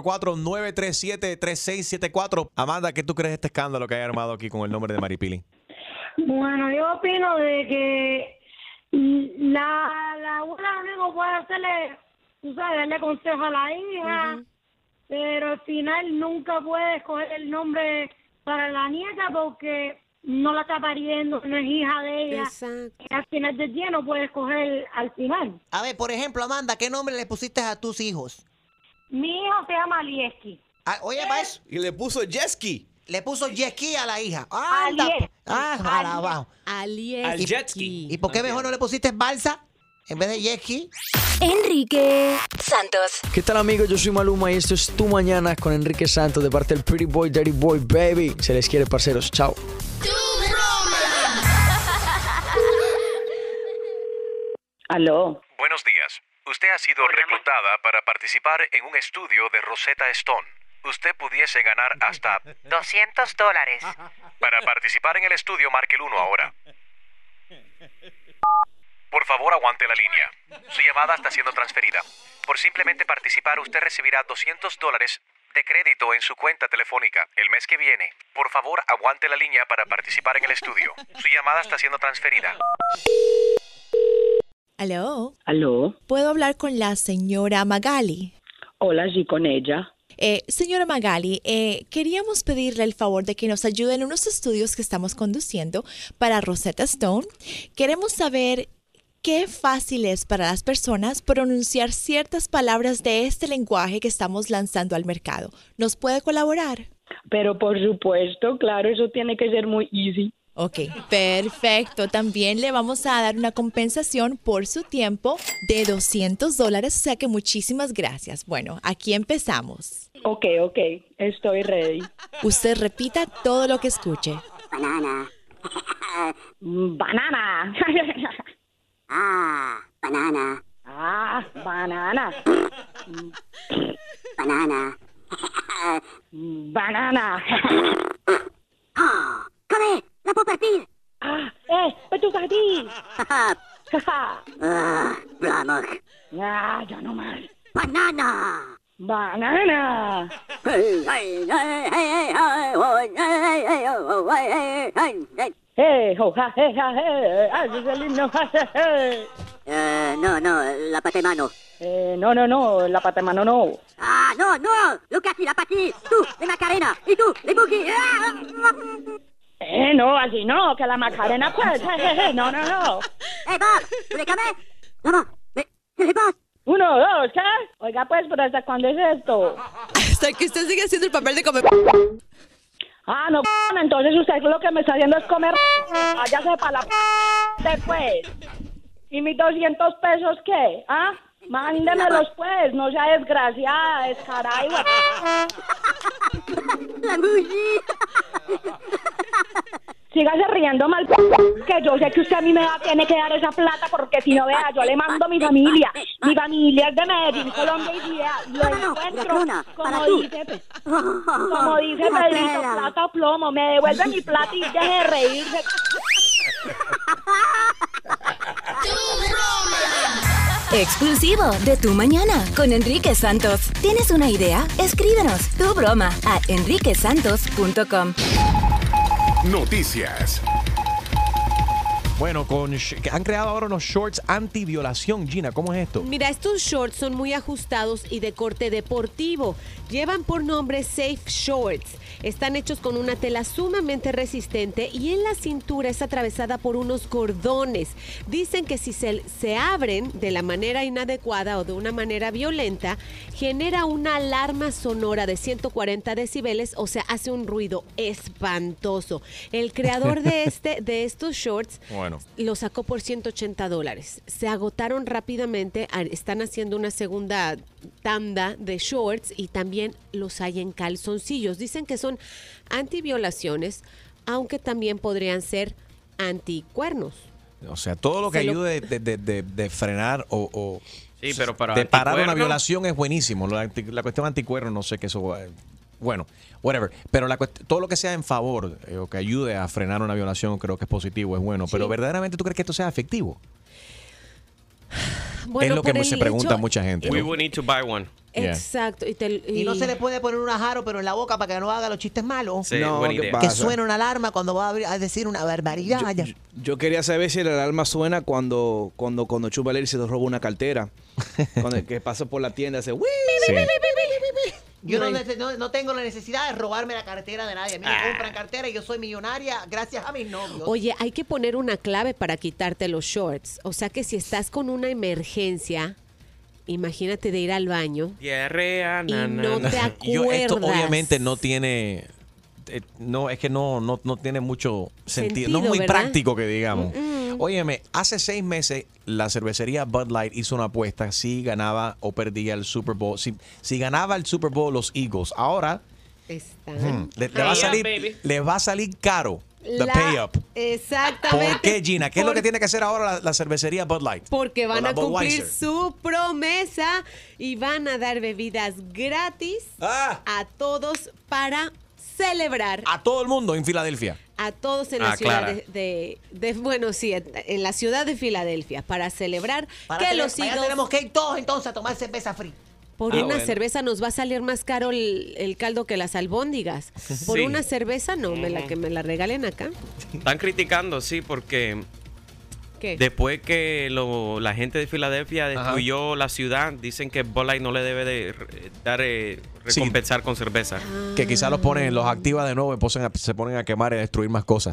Speaker 3: 844-937-3674. Amanda, ¿qué tú crees de este escándalo que hay armado aquí con el nombre de Maripili?
Speaker 13: Bueno, yo opino de que la abuela amigo puede hacerle, tú sabes, darle consejo a la hija, pero al final nunca puede escoger el nombre para la nieta porque no la está pariendo, no es hija de ella.
Speaker 6: Exacto.
Speaker 13: Y al final del día no puede escoger al final.
Speaker 4: A ver, por ejemplo, Amanda, ¿qué nombre le pusiste a tus hijos?
Speaker 13: Mi hijo se llama Lieski.
Speaker 4: Oye, Paz.
Speaker 7: Y le puso Jetski.
Speaker 4: Le puso Jetski a la hija.
Speaker 6: Al
Speaker 4: Jetski. ¿Y por qué mejor no le pusiste Balsa en vez de Jetski?
Speaker 1: Enrique Santos.
Speaker 14: ¿Qué tal, amigos? Yo soy Maluma y esto es Tu Mañana con Enrique Santos de parte del Pretty Boy, Dirty Boy, Baby. Se les quiere, parceros. Chao.
Speaker 15: Aló.
Speaker 16: Buenos días. Usted ha sido reclutada para participar en un estudio de Rosetta Stone. Usted pudiese ganar hasta $200. Para participar en el estudio, marque el 1 ahora. Por favor, aguante la línea. Su llamada está siendo transferida. Por simplemente participar, usted recibirá $200 de crédito en su cuenta telefónica el mes que viene. Por favor, aguante la línea para participar en el estudio. Su llamada está siendo transferida.
Speaker 17: ¿Aló?
Speaker 15: ¿Aló?
Speaker 17: ¿Puedo hablar con la señora Magali?
Speaker 15: Hola, sí, con ella.
Speaker 17: Señora Magali, queríamos pedirle el favor de que nos ayude en unos estudios que estamos conduciendo para Rosetta Stone. Queremos saber qué fácil es para las personas pronunciar ciertas palabras de este lenguaje que estamos lanzando al mercado. ¿Nos puede colaborar?
Speaker 15: Pero por supuesto, claro, eso tiene que ser muy easy.
Speaker 17: Ok, perfecto. También le vamos a dar una compensación por su tiempo de $200, o sea que muchísimas gracias. Bueno, aquí empezamos.
Speaker 15: Ok, estoy ready.
Speaker 17: Usted repita todo lo que escuche.
Speaker 15: Banana. Banana.
Speaker 11: Banana.
Speaker 15: Banana.
Speaker 11: Banana.
Speaker 15: Banana.
Speaker 11: ¡Come! ¡La puedo partir!
Speaker 15: ¡Me toca a ti!
Speaker 11: Vamos.
Speaker 15: Ya no más.
Speaker 11: ¡Banana!
Speaker 15: ¡Banana!
Speaker 11: No, la pata de mano.
Speaker 15: No, la pata de mano no.
Speaker 11: No, Lucas y la pati. Tú, de Macarena. Y tú, de Buki.
Speaker 15: No, así no, que la Macarena pues. No.
Speaker 11: Bob, ¿tú le comes? Vamos, Bob.
Speaker 15: 1, 2, ¿qué? Oiga, pues, ¿pero hasta cuándo es esto?
Speaker 17: Hasta que usted siga haciendo el papel de comer.
Speaker 15: No, entonces usted lo que me está haciendo es comer. Váyase para la después. ¿Y mis 200 pesos qué? Mándemelos pues, no sea desgraciada, descarada.
Speaker 11: La Muji.
Speaker 15: Sígase riendo mal, que yo sé que usted a mí tiene que dar esa plata, porque si no, vea, yo le mando a mi familia. Mi familia es de Medellín, Colombia, y lo encuentro, como dice Pedrito, plata o plomo. Me devuelve mi plata y deje de reírse.
Speaker 1: Exclusivo de Tu Mañana con Enrique Santos. ¿Tienes una idea? Escríbenos tu broma a enriquesantos.com.
Speaker 2: Noticias.
Speaker 3: Bueno, han creado ahora unos shorts anti-violación. Gina, ¿cómo es esto?
Speaker 6: Mira, estos shorts son muy ajustados y de corte deportivo. Llevan por nombre Safe Shorts. Están hechos con una tela sumamente resistente y en la cintura es atravesada por unos cordones. Dicen que si se abren de la manera inadecuada o de una manera violenta, genera una alarma sonora de 140 decibeles, o sea, hace un ruido espantoso. El creador de estos shorts lo sacó por $180. Se agotaron rápidamente, están haciendo una segunda tanda de shorts y también los hay en calzoncillos. Dicen que son antiviolaciones, aunque también podrían ser anticuernos.
Speaker 3: O sea, todo lo que ayude de frenar o
Speaker 8: sí, pero para
Speaker 3: de parar una violación es buenísimo. La cuestión anticuernos, no sé qué eso... Bueno, whatever. Pero todo lo que sea en favor o que ayude a frenar una violación creo que es positivo, es bueno. Sí. Pero ¿verdaderamente tú crees que esto sea efectivo?
Speaker 6: Bueno,
Speaker 3: es lo que se pregunta mucha gente.
Speaker 8: We will need to buy one.
Speaker 6: Exacto.
Speaker 4: Y no se le puede poner una jaro, pero en la boca para que no haga los chistes malos.
Speaker 8: Sí, no, buena idea.
Speaker 4: Que suene una alarma cuando va a decir una barbaridad.
Speaker 7: Yo quería saber si la alarma suena cuando Chupa Lady se roba una cartera. Cuando que pasa por la tienda hace...
Speaker 3: Sí.
Speaker 4: Yo no tengo la necesidad de robarme la cartera de nadie. A mí me compran cartera y yo soy millonaria gracias a mis novios.
Speaker 6: Oye, hay que poner una clave para quitarte los shorts. O sea que si estás con una emergencia, imagínate de ir al baño
Speaker 8: diarrea,
Speaker 6: y no te acuerdas.
Speaker 3: Esto obviamente no tiene... es que no tiene mucho sentido. No es muy
Speaker 6: ¿verdad?
Speaker 3: práctico que digamos. Óyeme, hace 6 meses la cervecería Bud Light hizo una apuesta si ganaba o perdía el Super Bowl. Si ganaba el Super Bowl los Eagles. Ahora le va a salir caro the pay up.
Speaker 6: Exactamente.
Speaker 3: ¿Por qué, Gina? ¿Qué es lo que tiene que hacer ahora la cervecería Bud Light?
Speaker 6: Porque van a cumplir su promesa y van a dar bebidas gratis a todos para celebrar.
Speaker 3: A todo el mundo en Filadelfia.
Speaker 6: A todos en la ciudad en la ciudad de Filadelfia para celebrar los Eagles...
Speaker 4: tenemos que ir todos entonces a tomar cerveza free.
Speaker 6: Por una cerveza nos va a salir más caro el caldo que las albóndigas. Por una cerveza no, que me la regalen acá.
Speaker 8: Están criticando, sí, porque... ¿Qué? Después que la gente de Filadelfia destruyó la ciudad, dicen que Bud Light no le debe de dar recompensar con cerveza.
Speaker 3: Que quizás los activa de nuevo y se ponen a quemar y a destruir más cosas.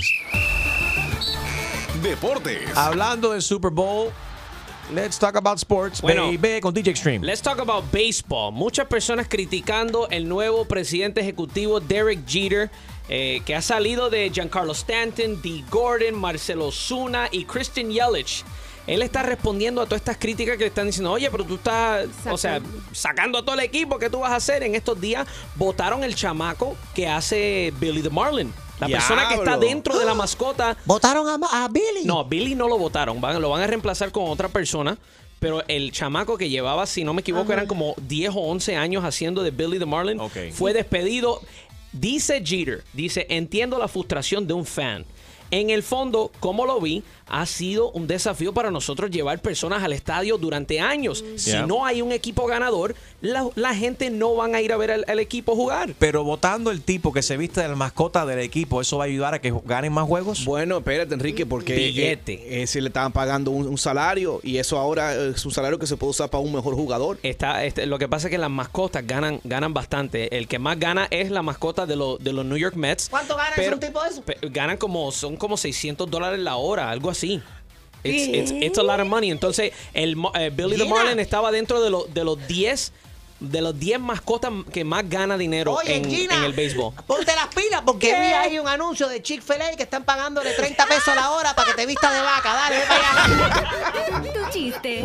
Speaker 2: Deportes.
Speaker 3: Hablando del Super Bowl, let's talk about sports. Baby, con DJ Extreme.
Speaker 8: Let's talk about baseball. Muchas personas criticando el nuevo presidente ejecutivo Derek Jeter, que ha salido de Giancarlo Stanton, Dee Gordon, Marcelo Ozuna y Christian Yelich. Él está respondiendo a todas estas críticas que le están diciendo, oye, pero tú estás, sacando a todo el equipo, ¿qué tú vas a hacer? En estos días votaron el chamaco que hace Billy the Marlin. La persona que está dentro de la mascota.
Speaker 4: ¿Votaron a Billy?
Speaker 8: No, Billy no lo votaron. Lo van a reemplazar con otra persona. Pero el chamaco que llevaba, si no me equivoco, eran como 10 o 11 años haciendo de Billy the Marlin, fue despedido. Dice Jeter, entiendo la frustración de un fan. En el fondo, como lo vi, ha sido un desafío para nosotros llevar personas al estadio durante años. Si no hay un equipo ganador, la gente no van a ir a ver al equipo jugar.
Speaker 3: Pero votando el tipo que se viste de la mascota del equipo, ¿eso va a ayudar a que ganen más juegos?
Speaker 7: Bueno, espérate, Enrique, porque si le estaban pagando un salario y eso ahora es un salario que se puede usar para un mejor jugador.
Speaker 8: Lo que pasa es que las mascotas ganan bastante. El que más gana es la mascota de los New York Mets.
Speaker 4: ¿Cuánto gana un tipo de eso?
Speaker 8: Ganan son como $600 la hora, algo así. It's a lot of money. Entonces, Billy the Marlin estaba dentro de los 10 mascotas que más gana dinero en el béisbol.
Speaker 4: Ponte las pilas porque vi ahí un anuncio de Chick-fil-A que están pagándole 30 pesos a la hora para que te vista de vaca. Dale, ve para allá.
Speaker 1: Tu chiste.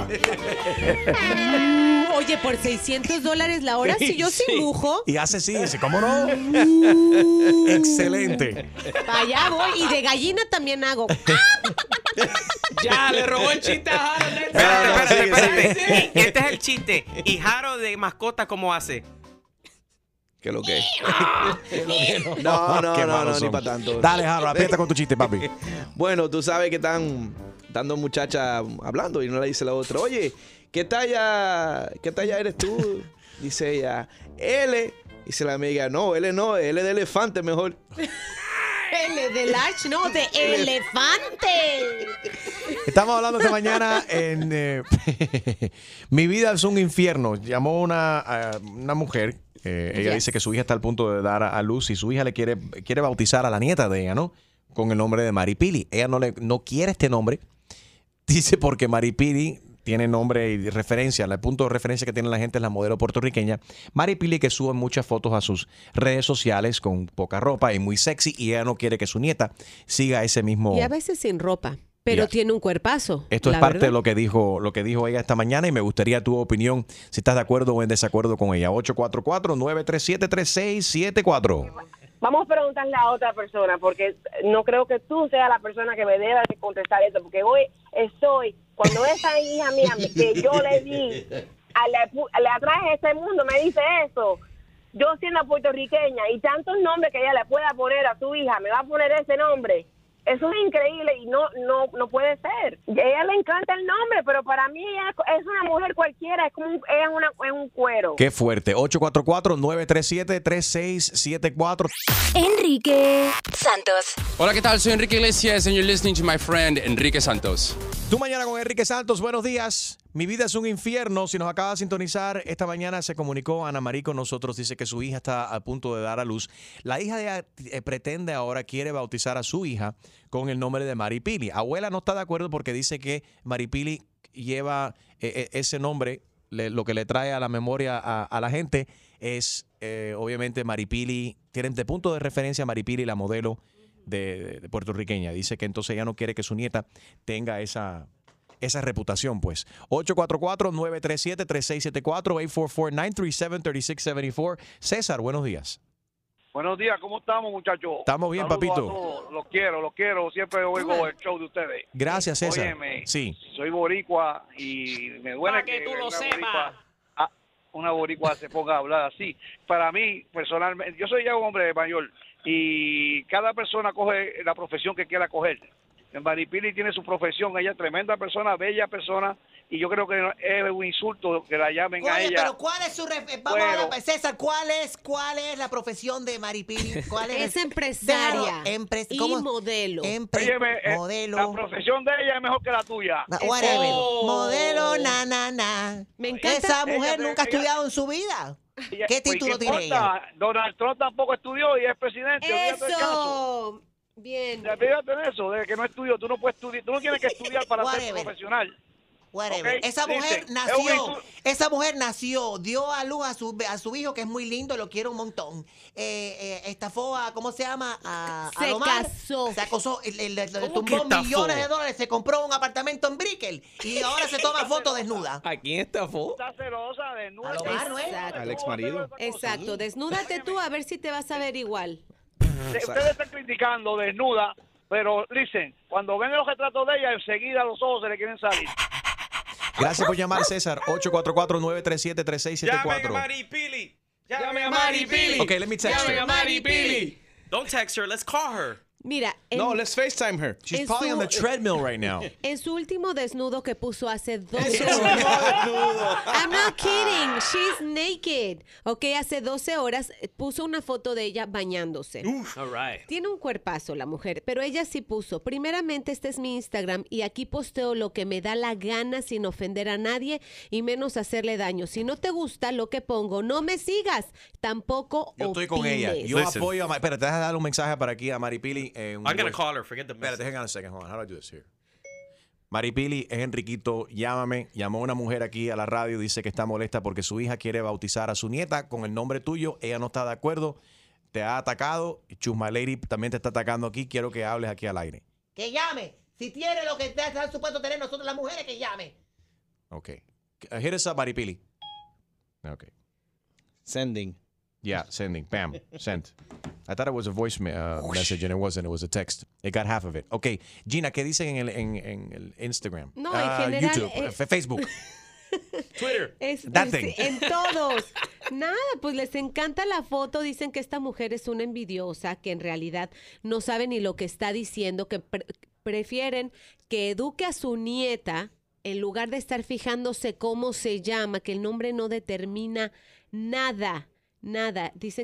Speaker 6: Oye, por $600 la hora, si yo sin lujo.
Speaker 3: Y hace dice, ¿cómo no? Excelente.
Speaker 6: Para allá voy. Y de gallina también hago.
Speaker 8: Ya, le robó el chiste a Jaro.
Speaker 18: Espérate. Este es el chiste. ¿Y Jaro de mascota cómo hace?
Speaker 7: ¿Qué es lo que? No, ni para tanto.
Speaker 3: Dale, Jaro, aprieta con tu chiste, papi.
Speaker 7: Bueno, tú sabes que están dando muchachas hablando y no le dice la otra, oye, ¿qué talla eres tú? Dice ella, L. Dice la amiga, no, L no, L de elefante mejor.
Speaker 6: L de large, no, de elefante.
Speaker 3: Estamos hablando esta mañana en Mi vida es un infierno. Llamó una mujer. Ella dice que su hija está al punto de dar a luz y su hija le quiere bautizar a la nieta de ella, ¿no? Con el nombre de Maripili. Ella no quiere este nombre. Dice porque Maripili tiene nombre y referencia. El punto de referencia que tiene la gente es la modelo puertorriqueña Maripili, que sube muchas fotos a sus redes sociales con poca ropa y muy sexy, y ella no quiere que su nieta siga ese mismo...
Speaker 6: Y a veces sin ropa, pero tiene un cuerpazo.
Speaker 3: Esto es parte de lo que dijo ella esta mañana, y me gustaría tu opinión, si estás de acuerdo o en desacuerdo con ella. 844-937-3674.
Speaker 5: Vamos a preguntarle a otra persona, porque no creo que tú seas la persona que me deba de contestar esto, porque hoy cuando esa hija mía que yo le di, le atraje a este mundo, me dice eso, yo siendo puertorriqueña y tantos nombres que ella le pueda poner a su hija, me va a poner ese nombre. Eso es increíble y no puede ser. A ella le encanta el nombre, pero para mí ella es una mujer cualquiera, es un cuero.
Speaker 3: Qué fuerte. 844-937-3674.
Speaker 1: Enrique Santos.
Speaker 19: Hola, ¿qué tal? Soy Enrique Iglesias and you're listening to my friend Enrique Santos.
Speaker 3: Tu mañana con Enrique Santos. Buenos días. Mi vida es un infierno. Si nos acaba de sintonizar, esta mañana se comunicó Ana Marí con nosotros. Dice que su hija está a punto de dar a luz. La hija de ella quiere bautizar a su hija con el nombre de Maripili. Abuela no está de acuerdo porque dice que Maripili lleva ese nombre. Lo que le trae a la memoria a la gente es, obviamente, Maripili. Tienen de punto de referencia a Maripili, la modelo de puertorriqueña. Dice que entonces ella no quiere que su nieta tenga esa reputación, pues. 844-937-3674, 844-937-3674. César, buenos días.
Speaker 20: Buenos días, ¿cómo estamos, muchachos?
Speaker 3: Estamos bien,
Speaker 20: Saludos
Speaker 3: papito.
Speaker 20: a todos. Los quiero, siempre oigo el show de ustedes.
Speaker 3: Gracias, César.
Speaker 20: Óyeme,
Speaker 3: sí.
Speaker 20: Soy boricua y me duele
Speaker 8: Para que tú lo sepas.
Speaker 20: Una boricua se ponga a hablar así. Para mí, personalmente, yo soy ya un hombre mayor y cada persona coge la profesión que quiera coger. Maripili tiene su profesión, ella es tremenda persona, bella persona, y yo creo que es un insulto que la llamen a ella.
Speaker 4: Pero ¿cuál es su César, ¿cuál es la profesión de Maripili?
Speaker 6: Es empresaria y modelo.
Speaker 4: Modelo.
Speaker 20: La profesión de ella es mejor que la tuya.
Speaker 4: Modelo, Me encanta. Esa mujer nunca ha estudiado en su vida. ¿Qué título tiene ella?
Speaker 20: Donald Trump tampoco estudió y es presidente.
Speaker 6: Eso. Bien.
Speaker 20: Fíjate en eso, de que no estudió. Tú no puedes estudiar, tú no tienes que estudiar para ser profesional.
Speaker 4: Okay. Esa mujer nació, dio a luz a su hijo, que es muy lindo, lo quiero un montón. Estafó a, ¿cómo se llama?
Speaker 6: Se casó.
Speaker 4: Se acosó, le tumbó millones de dólares, se compró un apartamento en Brickell y ahora se toma foto desnuda.
Speaker 8: ¿A quién estafó?
Speaker 20: Está celosa, desnuda.
Speaker 7: Al ex marido.
Speaker 6: Exacto, desnúdate tú a ver si te vas a ver igual.
Speaker 20: Ustedes están criticando desnuda, pero listen, cuando ven los retratos de ella, enseguida los ojos se le quieren salir.
Speaker 3: Gracias por llamar, César. 844-937-3674.
Speaker 18: Llame a Maripili. Llame a Maripili.
Speaker 3: Okay, let me text her.
Speaker 18: Llame a Maripili. Don't text her, let's call her.
Speaker 6: Mira,
Speaker 7: no, let's FaceTime her.
Speaker 3: She's probably on the treadmill right now.
Speaker 6: En su último desnudo que puso hace 12 horas. I'm not kidding. She's naked. Ok, hace 12 horas puso una foto de ella bañándose.
Speaker 8: All right.
Speaker 6: Tiene un cuerpazo la mujer, pero ella sí puso. Primeramente, este es mi Instagram y aquí posteo lo que me da la gana sin ofender a nadie y menos hacerle daño. Si no te gusta lo que pongo, no me sigas. Tampoco
Speaker 3: Yo estoy con ella. Yo apoyo a Espérate, déjame darle un mensaje para aquí a Maripili.
Speaker 18: I'm going to call her. Forget the message.
Speaker 3: Espérate, hang on a second. Hold on. How do I do this here? Maripili, es Enriquito. Llámame. Llamó una mujer aquí a la radio. Dice que está molesta porque su hija quiere bautizar a su nieta con el nombre tuyo. Ella no está de acuerdo. Te ha atacado. Chusma Lady también te está atacando aquí. Quiero que hables aquí al aire.
Speaker 4: Que llame. Si tiene lo que está supuesto tener nosotros las mujeres, que llame.
Speaker 3: Ok. Hit us up, Maripili. Ok.
Speaker 7: Sending.
Speaker 3: Yeah, sending. Bam. Sent. I thought it was a voice message and it wasn't. It was a text. It got half of it. Okay. Gina, ¿qué dicen en el Instagram?
Speaker 6: No, en general,
Speaker 3: YouTube, Facebook.
Speaker 8: Twitter.
Speaker 6: En todos. Nada, pues les encanta la foto. Dicen que esta mujer es una envidiosa, que en realidad no sabe ni lo que está diciendo, que prefieren que eduque a su nieta en lugar de estar fijándose cómo se llama, que el nombre no determina nada. Nada. Dicen que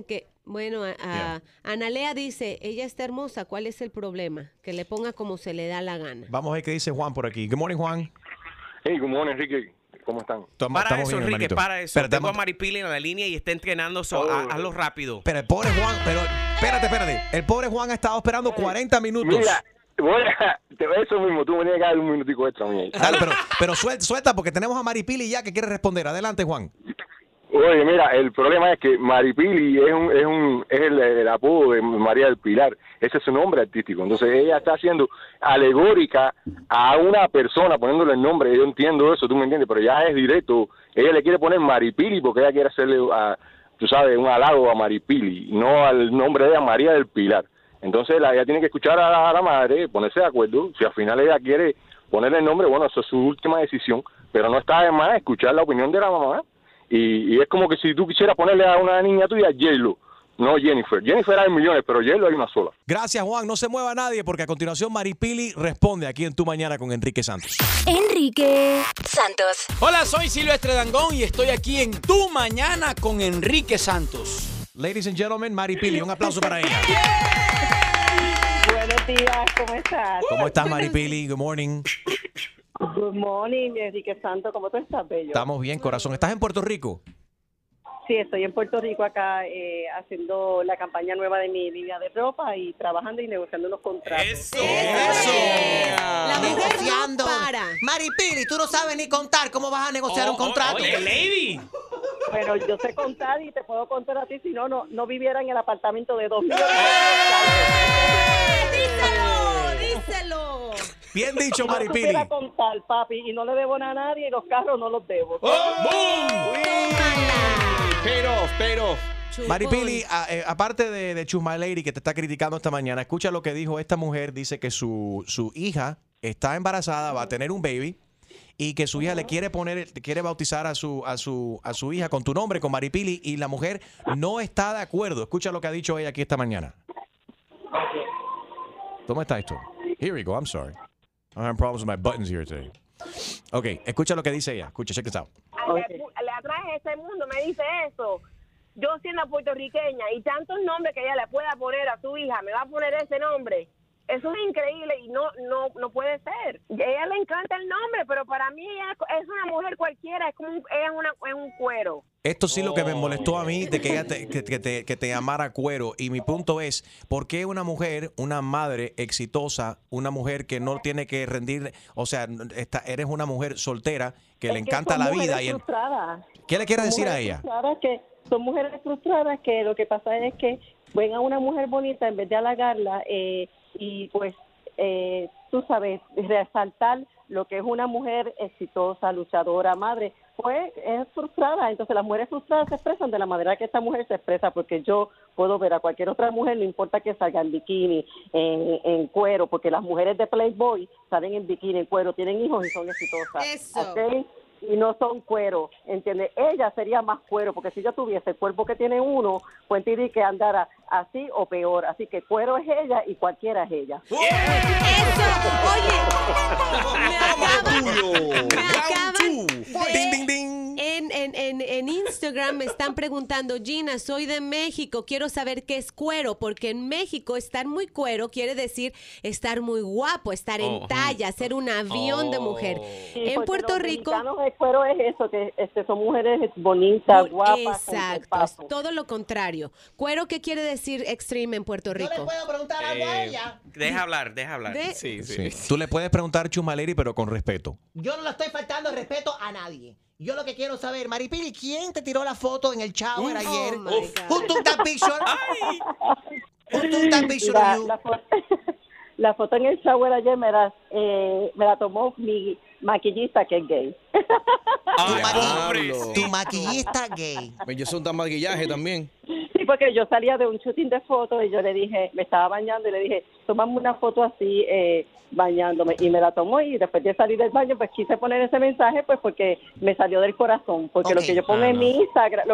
Speaker 6: Bueno, Analea dice, ella está hermosa, ¿cuál es el problema? Que le ponga como se le da la gana.
Speaker 3: Vamos a ver qué dice Juan por aquí. Good morning, Juan.
Speaker 12: Hey, good morning, Enrique. ¿Cómo están?
Speaker 18: Para eso,
Speaker 3: bien,
Speaker 18: Enrique,
Speaker 3: hermanito.
Speaker 18: para eso.
Speaker 3: Espérate,
Speaker 18: Tengo a Maripili en la línea y está entrenando, hazlo rápido.
Speaker 3: Pero el pobre Juan, espérate. El pobre Juan ha estado esperando 40 minutos.
Speaker 12: Mira, eso mismo, tú me tienes que dar un minutico extra a mí.
Speaker 3: Dale, pero suelta porque tenemos a Maripili ya que quiere responder. Adelante, Juan.
Speaker 12: Oye, mira, el problema es que Maripili es el apodo de María del Pilar. Ese es su nombre artístico. Entonces ella está haciendo alegórica a una persona, poniéndole el nombre. Yo entiendo eso, tú me entiendes, pero ya es directo. Ella le quiere poner Maripili porque ella quiere hacerle, tú sabes, un halago a Maripili, no al nombre de ella, María del Pilar. Entonces ella tiene que escuchar a la madre, ponerse de acuerdo. Si al final ella quiere ponerle el nombre, bueno, eso es su última decisión, pero no está de más escuchar la opinión de la mamá. Y es como que si tú quisieras ponerle a una niña tuya J-Lo, no Jennifer. Jennifer hay millones, pero J-Lo hay una sola.
Speaker 3: Gracias, Juan. No se mueva nadie porque a continuación Maripili responde aquí en Tu Mañana con Enrique Santos.
Speaker 1: Enrique Santos.
Speaker 14: Hola, soy Silvestre Dangond y estoy aquí en Tu Mañana con Enrique Santos.
Speaker 3: Ladies and gentlemen, Maripili, un aplauso para ella.
Speaker 5: Buenos días, ¿cómo estás?
Speaker 3: ¿Cómo estás, Maripili? Good morning.
Speaker 5: Good morning, Enrique Santo, ¿cómo tú estás, bello?
Speaker 3: Estamos bien, corazón. ¿Estás en Puerto Rico?
Speaker 5: Sí, estoy en Puerto Rico acá haciendo la campaña nueva de mi línea de ropa y trabajando y negociando unos contratos.
Speaker 4: ¡Eso!
Speaker 6: La mujer
Speaker 4: Negociando.
Speaker 6: no para.
Speaker 4: Maripili, tú no sabes ni contar. ¿Cómo vas a negociar un contrato?
Speaker 18: Oye, lady.
Speaker 5: Pero yo sé contar y te puedo contar a ti, si no viviera en el apartamento de 2 millones.
Speaker 6: ¡Díselo!
Speaker 3: Bien dicho,
Speaker 5: No
Speaker 3: Maripili.
Speaker 5: supiera contar, papi, y no le debo nada a nadie y los carros no los debo.
Speaker 7: Paid off.
Speaker 3: Maripili, aparte de Chusma Lady que te está criticando esta mañana, escucha lo que dijo esta mujer. Dice que su hija está embarazada, va a tener un baby y que su hija quiere bautizar a su hija con tu nombre, con Maripili, y la mujer no está de acuerdo. Escucha lo que ha dicho ella aquí esta mañana. ¿Cómo está esto? Here we go, I'm sorry. I'm having problems with my buttons here today. Ok, escucha lo que dice ella. Escucha, check this out.
Speaker 5: Le atrae ese mundo, me dice eso. Yo siendo puertorriqueña y tantos nombres que ella le pueda poner a su hija, me va a poner ese nombre. Eso es increíble y no puede ser. A ella le encanta el nombre, pero para mí ella es una mujer cualquiera, es un cuero.
Speaker 3: Esto sí lo que me molestó a mí de que ella que te llamara cuero. Y mi punto es, ¿por qué una mujer, una madre exitosa, una mujer que no tiene que rendir, o sea, eres una mujer soltera que le encanta la vida? Y ¿qué le quieres decir a ella?
Speaker 5: Son mujeres frustradas que lo que pasa es que ven a una mujer bonita en vez de halagarla y pues tú sabes, resaltar lo que es una mujer exitosa, luchadora, madre, pues es frustrada. Entonces las mujeres frustradas se expresan de la manera que esta mujer se expresa, porque yo puedo ver a cualquier otra mujer, no importa que salga en bikini, en cuero, porque las mujeres de Playboy salen en bikini, en cuero, tienen hijos y son exitosas.
Speaker 6: Eso.
Speaker 5: ¿Okay? Y no son cuero, ¿entiendes? Ella sería más cuero, porque si ella tuviese el cuerpo que tiene uno, pues tiene que andar así o peor. Así que cuero es ella y cualquiera es ella.
Speaker 6: En Instagram me están preguntando, Gina, soy de México, quiero saber qué es cuero, porque en México estar muy cuero quiere decir estar muy guapo, estar en talla, ser un avión de mujer.
Speaker 5: Sí,
Speaker 6: en Puerto Rico...
Speaker 5: El cuero es eso, que son mujeres bonitas, guapas.
Speaker 6: Exacto, es todo lo contrario. Cuero, ¿qué quiere decir extreme en Puerto Rico?
Speaker 4: Yo le puedo preguntar algo a ella.
Speaker 18: Deja hablar.
Speaker 3: Sí. Tú le puedes preguntar Chumaleri, pero con respeto.
Speaker 4: Yo no le estoy faltando el respeto a nadie. Yo lo que quiero saber, Maripili, ¿quién te tiró la foto en el shower ayer? Who took that picture? Who took that picture of you?
Speaker 5: La foto en el shower ayer me la tomó mi maquillista, que es gay.
Speaker 4: Tu maquillista gay.
Speaker 7: Yo soy un maquillaje también.
Speaker 5: Sí, porque yo salía de un shooting de fotos y yo le dije, me estaba bañando y le dije, tómame una foto así bañándome, y me la tomó, y después de salir del baño pues quise poner ese mensaje pues porque me salió del corazón, porque lo que yo pongo en mi Instagram,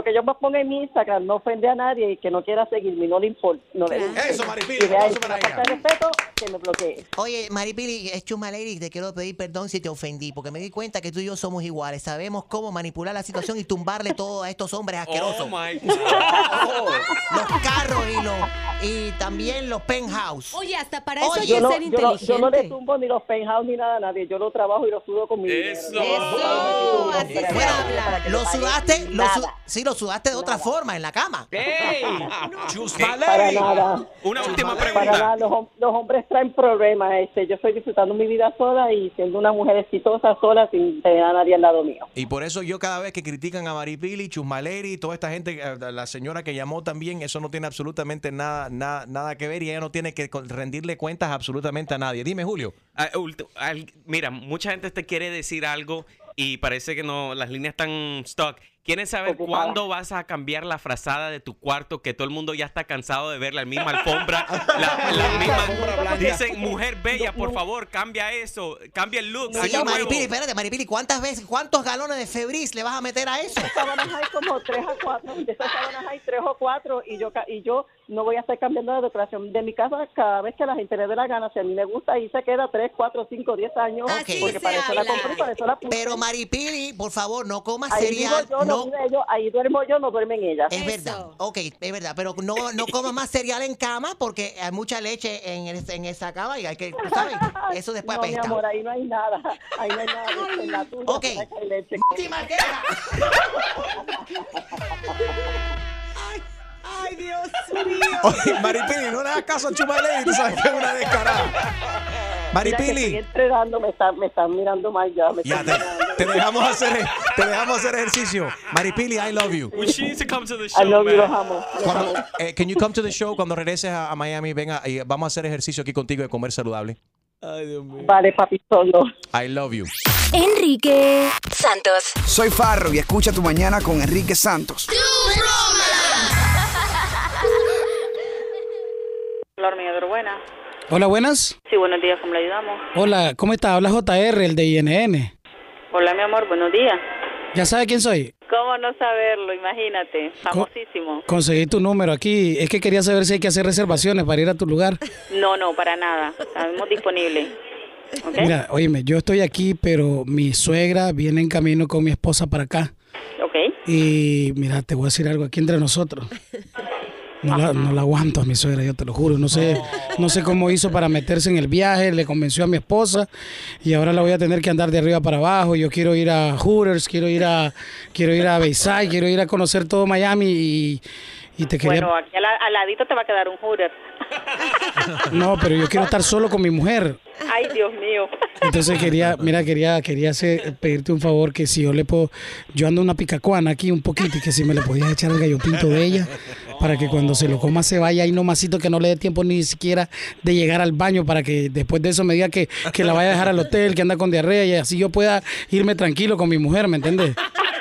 Speaker 5: no ofende a nadie, y que no quiera seguirme no le importa.
Speaker 3: Eso, Maripili,
Speaker 5: falta de respeto que me bloquees.
Speaker 4: Oye, Maripili, es Chusma Lady, te quiero pedir perdón si te ofendí, porque me di cuenta que tú y yo somos iguales. Sabemos cómo manipular la situación y tumbarle todo a estos hombres asquerosos.
Speaker 18: Oh, my God.
Speaker 4: Los carros y también los penthouse.
Speaker 6: Oye, hasta para eso hay
Speaker 5: Yo
Speaker 6: que
Speaker 5: no,
Speaker 6: ser
Speaker 5: yo
Speaker 6: inteligente.
Speaker 5: no le tumbo ni los penthouse ni nada a nadie. Yo lo trabajo y lo sudo con mi dinero.
Speaker 6: Eso, así se habla.
Speaker 4: Lo sudaste, sí, lo sudaste de otra forma en la cama.
Speaker 5: Para nada.
Speaker 18: Una última
Speaker 5: Para
Speaker 18: pregunta.
Speaker 5: nada, los hombres traen problemas. Yo estoy disfrutando mi vida sola y siendo una mujer exitosa sola sin tener a nadie al lado mío.
Speaker 3: Y por eso yo cada vez que critican a Maripili, Chusmaleri, toda esta gente, la señora que llamó también, eso no tiene absolutamente nada que ver y ella no tiene que rendirle cuentas absolutamente a nadie. Dime, Julio.
Speaker 18: Mira, mucha gente te quiere decir algo y parece que no, las líneas están stuck. ¿Quieren saber cuándo vas a cambiar la frazada de tu cuarto? Que todo el mundo ya está cansado de ver la misma alfombra. la misma. Dicen, mujer bella, por favor, cambia eso. Cambia el look.
Speaker 4: Sí, Maripili, espérate, Maripili, ¿cuántos galones de Febrís le vas a meter a eso?
Speaker 5: De esas sábanas hay como 3 a 4. De esas sábanas hay 3 o 4 y yo no voy a estar cambiando la decoración de mi casa cada vez que la gente le dé la gana. Si a mí me gusta, ahí se queda 3, 4, 5, 10 años. Porque para eso la compré y para eso la puse.
Speaker 4: Pero Maripili, por favor, no comas
Speaker 5: Ahí
Speaker 4: cereal.
Speaker 5: vivo yo, ahí duermo yo, no duermen ellas.
Speaker 4: Es verdad, ok, es verdad, pero no comas más cereal en cama porque hay mucha leche en esa cama y hay que, tú sabes, eso después
Speaker 5: No,
Speaker 4: apesta.
Speaker 5: mi amor, ahí no hay nada. Ahí no hay nada en la tuya.
Speaker 4: Ok.
Speaker 5: Hay leche.
Speaker 4: Última queja.
Speaker 6: Ay, Dios mío.
Speaker 3: Oye, Maripili, no le hagas caso a Chusmaleri, tú sabes que es una descarada. Maripili.
Speaker 5: Mira que estoy entrenando, me están mirando mal ya.
Speaker 3: Te dejamos hacer ejercicio. Maripili, I love you.
Speaker 18: She needs to come to the show,
Speaker 5: I love you, los
Speaker 18: man.
Speaker 5: amo.
Speaker 3: Can you come to the show cuando regreses a Miami? Venga, y vamos a hacer ejercicio aquí contigo de comer saludable.
Speaker 7: Ay, Dios mío.
Speaker 5: Vale, papi, solo.
Speaker 3: I love you.
Speaker 1: Enrique Santos.
Speaker 21: Soy Farro y escucha Tu Mañana con Enrique Santos.
Speaker 9: La hormigadora buena.
Speaker 22: Hola, buenas.
Speaker 9: Sí, buenos días, ¿cómo le ayudamos?
Speaker 22: Hola, ¿cómo está? Habla JR, el de INN.
Speaker 9: Hola, mi amor, buenos días.
Speaker 22: ¿Ya sabe quién soy?
Speaker 9: ¿Cómo no saberlo? Imagínate, famosísimo.
Speaker 22: Conseguí tu número aquí. Es que quería saber si hay que hacer reservaciones para ir a tu lugar.
Speaker 9: No, para nada. Estamos disponibles. ¿Okay?
Speaker 22: Mira, óyeme, yo estoy aquí, pero mi suegra viene en camino con mi esposa para acá.
Speaker 9: Ok.
Speaker 22: Y mira, te voy a decir algo aquí entre nosotros. No la aguanto a mi suegra, yo te lo juro. No sé cómo hizo para meterse en el viaje, le convenció a mi esposa y ahora la voy a tener que andar de arriba para abajo. Yo quiero ir a Hooters, quiero ir a Bayside, quiero ir a conocer todo Miami y te quería...
Speaker 9: Bueno, aquí al ladito te va a quedar un Hooters.
Speaker 22: No, pero yo quiero estar solo con mi mujer.
Speaker 9: Ay, Dios mío.
Speaker 22: Entonces quería pedirte un favor, que si yo ando una picacuana aquí un poquito y que si me le podías echar el gallo pinto de ella para que cuando se lo coma se vaya ahí nomasito, que no le dé tiempo ni siquiera de llegar al baño, para que después de eso me diga que la vaya a dejar al hotel, que anda con diarrea y así yo pueda irme tranquilo con mi mujer, ¿me entiendes?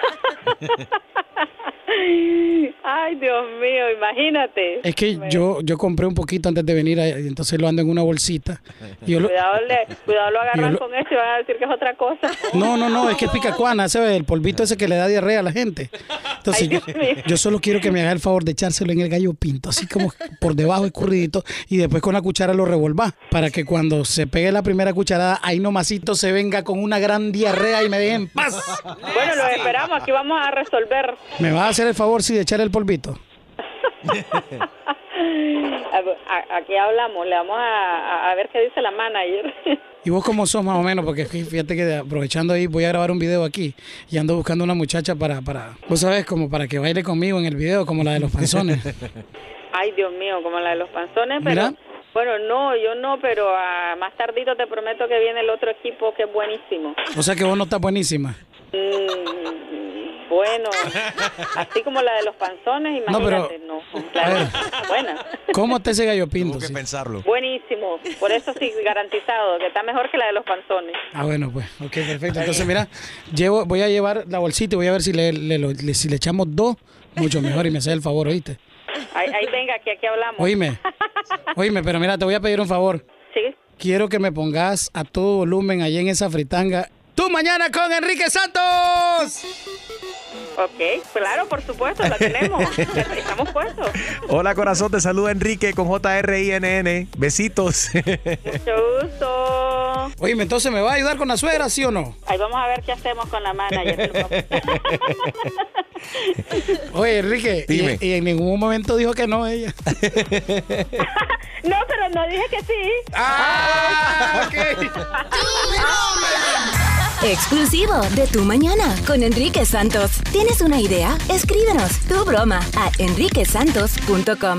Speaker 9: Ay, Dios mío, imagínate.
Speaker 22: Es que yo compré un poquito antes de venir, entonces lo ando en una bolsita.
Speaker 9: Cuidado lo agarran con esto y van a decir que es otra cosa.
Speaker 22: No, es que es picacuana, ese el polvito ese que le da diarrea a la gente. Entonces yo solo quiero que me haga el favor de echárselo en el gallo pinto, así como por debajo escurridito, y después con la cuchara lo revolva, para que cuando se pegue la primera cucharada, ahí nomasito se venga con una gran diarrea y me deje en paz.
Speaker 9: Bueno, los esperamos, aquí vamos a resolver.
Speaker 22: ¿Me vas a hacer el favor, sí, de echar el polvito?
Speaker 9: Aquí hablamos, le vamos a ver qué dice la manager.
Speaker 22: ¿Y vos cómo sos más o menos? Porque fíjate que aprovechando ahí voy a grabar un video aquí y ando buscando una muchacha para vos sabés, como para que baile conmigo en el video, como la de los panzones.
Speaker 9: Ay, Dios mío, como la de los panzones, pero...
Speaker 22: Mira.
Speaker 9: Bueno, no, yo no, pero más tardito te prometo que viene el otro equipo que es buenísimo.
Speaker 22: O sea que vos no estás buenísima.
Speaker 9: Bueno, así como la de los panzones, imagínate, no, claro, buena.
Speaker 22: ¿Cómo te ese gallo pinto?
Speaker 3: Tengo que pensarlo.
Speaker 9: Buenísimo, por eso sí, garantizado, que está mejor que la de los panzones.
Speaker 22: Ah, bueno, pues, ok, perfecto. Entonces, mira, voy a llevar la bolsita y voy a ver si le echamos 2, mucho mejor, y me haces el favor, ¿oíste?
Speaker 9: Ahí venga, que aquí hablamos.
Speaker 22: Oíme, pero mira, te voy a pedir un favor.
Speaker 9: ¿Sí?
Speaker 22: Quiero que me pongas a todo volumen allí en esa fritanga. ¡Tu Mañana con Enrique Santos!
Speaker 9: Ok, claro, por supuesto, la tenemos. Estamos puestos.
Speaker 3: Hola, corazón, te saluda Enrique con JRINN. Besitos.
Speaker 9: Mucho gusto.
Speaker 22: Oye, entonces, ¿me va a ayudar con la suegra, sí o no?
Speaker 9: Ahí vamos a ver qué hacemos con la manager.
Speaker 22: Oye, Enrique,
Speaker 3: Dime.
Speaker 22: y en ningún momento dijo que no ella.
Speaker 9: No, pero no dije que sí.
Speaker 22: ¡Ah!
Speaker 1: Exclusivo de Tu Mañana con Enrique Santos. ¿Tienes una idea? Escríbenos tu broma a enriquesantos.com.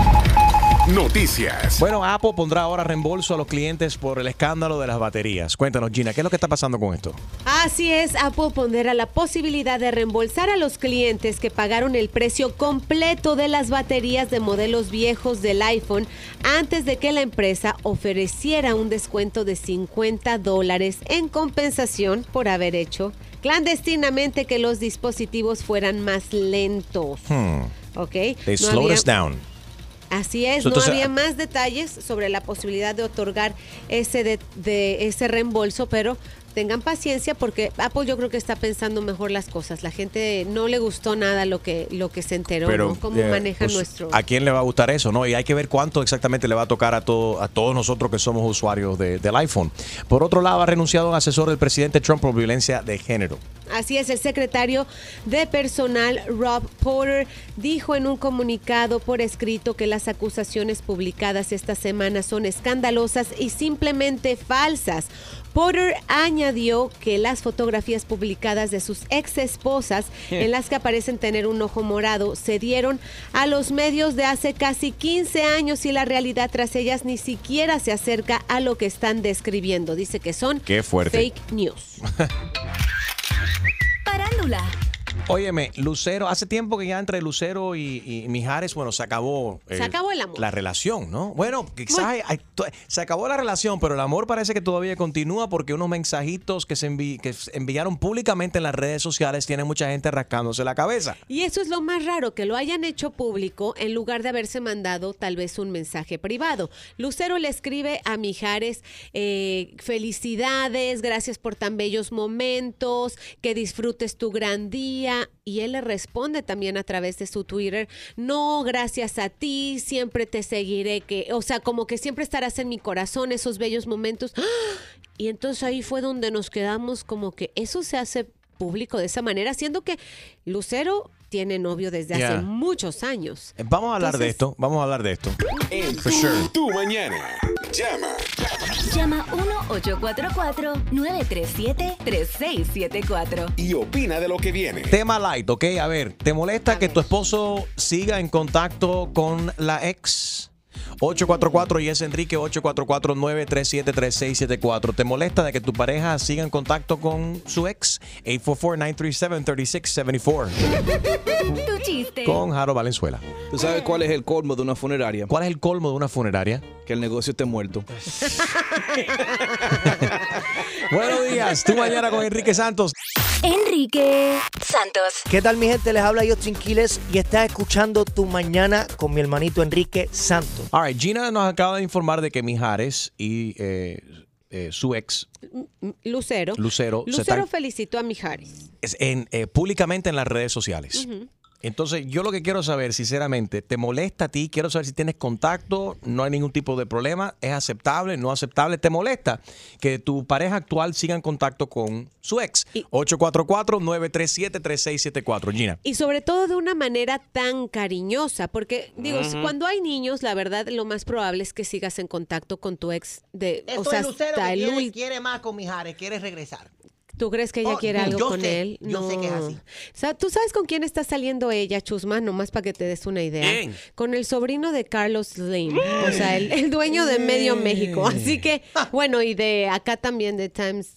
Speaker 2: Noticias.
Speaker 3: Bueno, Apple pondrá ahora reembolso a los clientes por el escándalo de las baterías. Cuéntanos, Gina, ¿qué es lo que está pasando con esto?
Speaker 6: Así es, Apple pondrá la posibilidad de reembolsar a los clientes que pagaron el precio completo de las baterías de modelos viejos del iPhone antes de que la empresa ofreciera un descuento de $50 en compensación por haber hecho clandestinamente que los dispositivos fueran más lentos. ¿Ok?
Speaker 3: They slowed us down.
Speaker 6: Así es,
Speaker 3: Entonces,
Speaker 6: no había más detalles sobre la posibilidad de otorgar ese ese reembolso, pero tengan paciencia porque Apple yo creo que está pensando mejor las cosas. La gente no le gustó nada lo que se enteró,
Speaker 3: Pero,
Speaker 6: ¿no? Cómo manejan
Speaker 3: pues,
Speaker 6: nuestro...
Speaker 3: ¿a quién le va a gustar eso, no? Y hay que ver cuánto exactamente le va a tocar a todos nosotros que somos usuarios del iPhone. Por otro lado, ha renunciado un asesor del presidente Trump por violencia de género.
Speaker 6: Así es, el secretario de personal Rob Porter dijo en un comunicado por escrito que las acusaciones publicadas esta semana son escandalosas y simplemente falsas. Porter añadió que las fotografías publicadas de sus ex esposas, en las que aparecen tener un ojo morado, se dieron a los medios de hace casi 15 años y la realidad tras ellas ni siquiera se acerca a lo que están describiendo. Dice que son
Speaker 3: Qué fuerte.
Speaker 6: fake news.
Speaker 1: Parándula.
Speaker 3: Óyeme, Lucero, hace tiempo que ya entre Lucero y Mijares, bueno, se acabó.
Speaker 6: Se acabó el amor.
Speaker 3: La relación, ¿no? Bueno, quizás se acabó la relación, pero el amor parece que todavía continúa porque unos mensajitos que se enviaron públicamente en las redes sociales tienen mucha gente rascándose la cabeza.
Speaker 6: Y eso es lo más raro, que lo hayan hecho público en lugar de haberse mandado tal vez un mensaje privado. Lucero le escribe a Mijares, felicidades, gracias por tan bellos momentos, que disfrutes tu gran día. Y él le responde también a través de su Twitter, no, gracias a ti, siempre te seguiré, o sea, como que siempre estarás en mi corazón, esos bellos momentos. Y entonces ahí fue donde nos quedamos como que eso se hace público de esa manera, siendo que Lucero tiene novio desde hace muchos años.
Speaker 3: Vamos a hablar de esto,
Speaker 2: En
Speaker 3: For sure.
Speaker 2: Tu Mañana.
Speaker 1: Llama 1-844-937-3674.
Speaker 2: Y opina de lo que viene.
Speaker 3: Tema light, ¿ok? A ver, ¿te molesta que tu esposo siga en contacto con la ex? 844 y es Enrique 844-937-3674. ¿Te molesta de que tu pareja siga en contacto con su ex? 844-937-3674.
Speaker 1: Tu chiste.
Speaker 3: Con Jaro Valenzuela.
Speaker 7: ¿Tú sabes cuál es el colmo de una funeraria?
Speaker 3: ¿Cuál es el colmo de una funeraria?
Speaker 7: Que el negocio esté muerto.
Speaker 3: Buenos días, Tu Mañana con Enrique Santos.
Speaker 1: Enrique Santos.
Speaker 10: ¿Qué tal, mi gente? Les habla Justin Quiles y estás escuchando Tu Mañana con mi hermanito Enrique Santos.
Speaker 3: All right, Gina nos acaba de informar de que Mijares y su ex
Speaker 6: Lucero felicitó a Mijares.
Speaker 3: Públicamente en las redes sociales.
Speaker 6: Ujú.
Speaker 3: Entonces, yo lo que quiero saber, sinceramente, ¿te molesta a ti? Quiero saber si tienes contacto, no hay ningún tipo de problema, ¿es aceptable, no aceptable? ¿Te molesta que tu pareja actual siga en contacto con su ex? 844-937-3674. Gina.
Speaker 6: Y sobre todo de una manera tan cariñosa, porque digo, cuando hay niños, la verdad, lo más probable es que sigas en contacto con tu ex.
Speaker 4: Eso
Speaker 6: O sea,
Speaker 4: es Lucero
Speaker 6: hasta
Speaker 4: que quiere más con Mijares, quiere regresar.
Speaker 6: ¿Tú crees que ella quiere algo con él?
Speaker 4: Yo sé que es así.
Speaker 6: O sea, ¿tú sabes con quién está saliendo ella, Chusma? Nomás para que te des una idea.
Speaker 18: ¿Quién?
Speaker 6: Con el sobrino de Carlos Slim. O sea, el dueño de medio México. Así que, bueno, y de acá también de Times,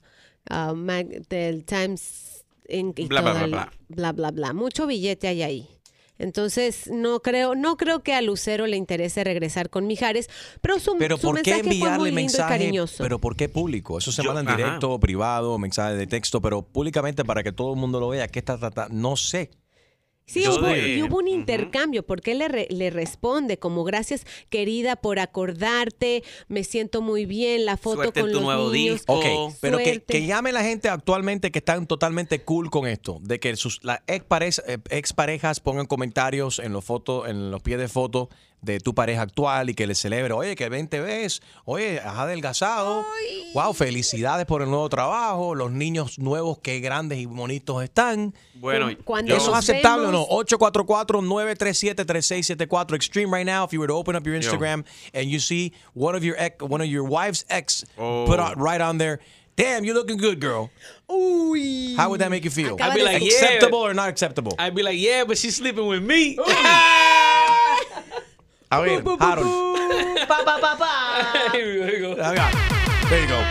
Speaker 6: del Times Inc. y
Speaker 18: Bla, bla,
Speaker 6: todo
Speaker 18: bla,
Speaker 6: bla, bla, bla. Mucho billete hay ahí. Entonces, no creo que a Lucero le interese regresar con Mijares, pero su
Speaker 3: Pero ¿por qué
Speaker 6: mensaje fue muy
Speaker 3: enviarle
Speaker 6: lindo y
Speaker 3: mensaje?
Speaker 6: cariñoso.
Speaker 3: Pero ¿por qué público? Eso se manda en directo, privado, mensaje de texto, pero públicamente para que todo el mundo lo vea. ¿Qué está tratando? No sé.
Speaker 6: Sí, hubo un intercambio, porque él le responde como gracias querida por acordarte, me siento muy bien, la foto
Speaker 18: Suerte
Speaker 6: con
Speaker 18: en tu
Speaker 6: los
Speaker 18: nuevo
Speaker 6: niños.
Speaker 18: disco.
Speaker 3: Ok, pero que
Speaker 6: Suerte.
Speaker 3: llame la gente actualmente que están totalmente cool con esto, de que las exparejas pongan comentarios en los pies de foto de tu pareja actual y que le celebre, oye, que bien te ves, oye, has adelgazado, wow, felicidades por el nuevo trabajo, los niños nuevos, qué grandes y bonitos están.
Speaker 18: Bueno,
Speaker 6: Cuando
Speaker 3: ¿eso es
Speaker 6: nos
Speaker 3: aceptable
Speaker 6: vemos-
Speaker 3: o no? 844-937-3674. Extreme right now, if you were to open up your Instagram and you see one of your wife's ex put right on there, damn, you're looking good, girl.
Speaker 8: Uy.
Speaker 3: How would that make you feel?
Speaker 8: I'd be like,
Speaker 3: acceptable
Speaker 8: yeah.
Speaker 3: or not acceptable?
Speaker 8: I'd be like, yeah, but she's sleeping with me.
Speaker 3: A ver, Harold.
Speaker 8: Here we go.
Speaker 3: There you go.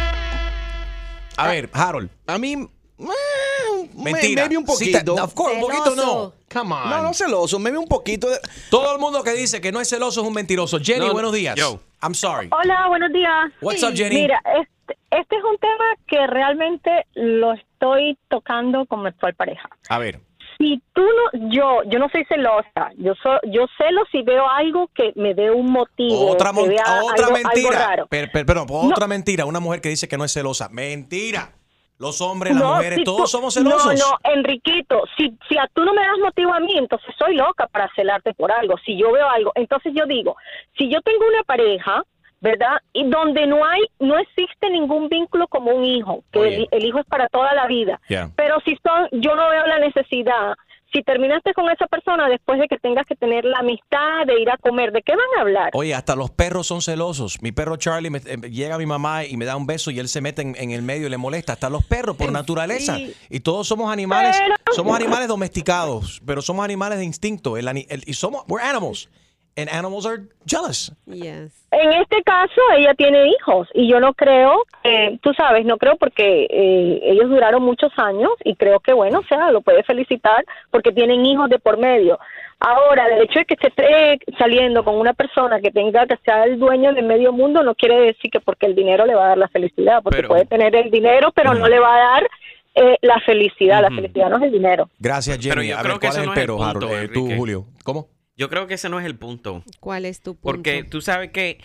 Speaker 3: A ver, Harold.
Speaker 7: A mí,
Speaker 3: Mentira.
Speaker 7: maybe un
Speaker 3: Sí,
Speaker 7: poquito.
Speaker 3: of course, un poquito no. Come on.
Speaker 7: No celoso, maybe un poquito.
Speaker 3: Todo el mundo que dice que no es celoso es un mentiroso. Jenny,
Speaker 7: No,
Speaker 3: buenos días.
Speaker 7: yo.
Speaker 3: I'm sorry.
Speaker 15: Hola, buenos días.
Speaker 3: What's up, Jenny?
Speaker 15: Mira, este es un tema que realmente lo estoy tocando con mi actual pareja.
Speaker 3: A ver.
Speaker 15: Si tú no, yo no soy celosa. Yo celo si veo algo que me dé un motivo.
Speaker 3: Otra
Speaker 15: que vea algo
Speaker 3: mentira.
Speaker 15: raro.
Speaker 3: Perdón, otra mentira. Una mujer que dice que no es celosa. Mentira. Los hombres, las mujeres,
Speaker 15: si
Speaker 3: todos
Speaker 15: tú-
Speaker 3: somos celosos.
Speaker 15: No, Enriquito, si a tú no me das motivo a mí, entonces soy loca para celarte por algo. Si yo veo algo, entonces yo digo, si yo tengo una pareja, ¿verdad? Y donde no existe ningún vínculo como un hijo, que el hijo es para toda la vida.
Speaker 3: Yeah.
Speaker 15: Pero yo no veo la necesidad. Si terminaste con esa persona después de que tengas que tener la amistad de ir a comer, ¿de qué van a hablar?
Speaker 3: Oye, hasta los perros son celosos. Mi perro Charlie llega a mi mamá y me da un beso y él se mete en el medio y le molesta. Hasta los perros por naturaleza. Y todos somos animales, somos animales domesticados, pero somos animales de instinto. We're animals. And animals are jealous.
Speaker 6: Yes.
Speaker 15: En este caso, ella tiene hijos y yo no creo, tú sabes, no creo porque ellos duraron muchos años y creo que, bueno, o sea, lo puede felicitar porque tienen hijos de por medio. Ahora, el hecho de que se esté saliendo con una persona que tenga que sea el dueño del medio mundo no quiere decir que porque el dinero le va a dar la felicidad, porque puede tener el dinero, pero no le va a dar la felicidad. La felicidad no es el dinero.
Speaker 3: Gracias, Jenny.
Speaker 18: Pero yo
Speaker 3: a
Speaker 18: creo
Speaker 3: ver,
Speaker 18: que
Speaker 3: ¿cuál
Speaker 18: ese
Speaker 3: es el
Speaker 18: no es el
Speaker 3: pero,
Speaker 18: punto,
Speaker 3: Harold? Tú,
Speaker 18: Enrique.
Speaker 3: Julio. ¿Cómo?
Speaker 18: Yo creo que ese no es el punto.
Speaker 6: ¿Cuál es tu punto?
Speaker 18: Porque tú sabes que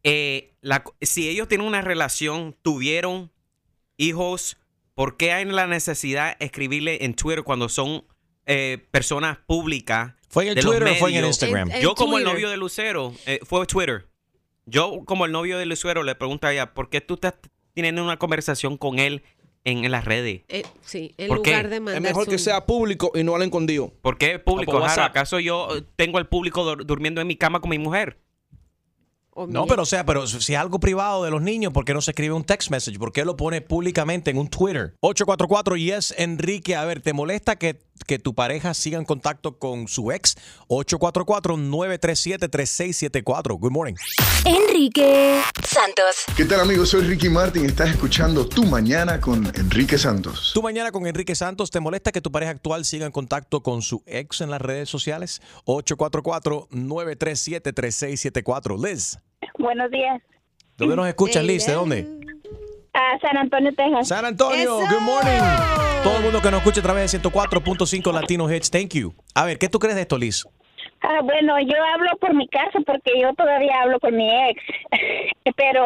Speaker 18: si ellos tienen una relación, tuvieron hijos, ¿por qué hay la necesidad de escribirle en Twitter cuando son personas públicas?
Speaker 3: ¿Fue en el
Speaker 18: de los
Speaker 3: Twitter o fue en el
Speaker 18: medios?
Speaker 3: Instagram?
Speaker 18: Yo como el
Speaker 6: Twitter.
Speaker 18: novio de Lucero, fue Twitter. Yo como el novio de Lucero le pregunto a ella, ¿por qué tú estás teniendo una conversación con él en las redes?
Speaker 6: Sí, en
Speaker 18: ¿Por qué?
Speaker 6: lugar de
Speaker 7: Es
Speaker 6: mandar
Speaker 7: mejor que sea público y no al escondido.
Speaker 18: ¿Por qué público?
Speaker 8: por
Speaker 18: Jaro?
Speaker 8: WhatsApp.
Speaker 18: ¿Acaso yo tengo al público durmiendo en mi cama con mi mujer?
Speaker 3: No, pero pero si es algo privado de los niños, ¿por qué no se escribe un text message? ¿Por qué lo pone públicamente en un Twitter? 844 yes Enrique. A ver, ¿te molesta que tu pareja siga en contacto con su ex? 844-937-3674. Good morning.
Speaker 1: Enrique Santos.
Speaker 13: ¿Qué tal, amigos? Soy Ricky Martin. Estás escuchando Tu Mañana con Enrique Santos.
Speaker 3: Tu mañana con Enrique Santos. ¿Te molesta que tu pareja actual siga en contacto con su ex en las redes sociales? 844-937-3674. Liz,
Speaker 15: Buenos días.
Speaker 3: ¿dónde nos escuchas, Liz? ¿De dónde?
Speaker 15: A San Antonio, Texas.
Speaker 3: San Antonio, good morning. Todo el mundo que nos escucha a través de 104.5 Latino Hits, thank you. A ver, ¿qué tú crees de esto, Liz?
Speaker 15: Bueno, yo hablo por mi caso porque yo todavía hablo con mi ex, pero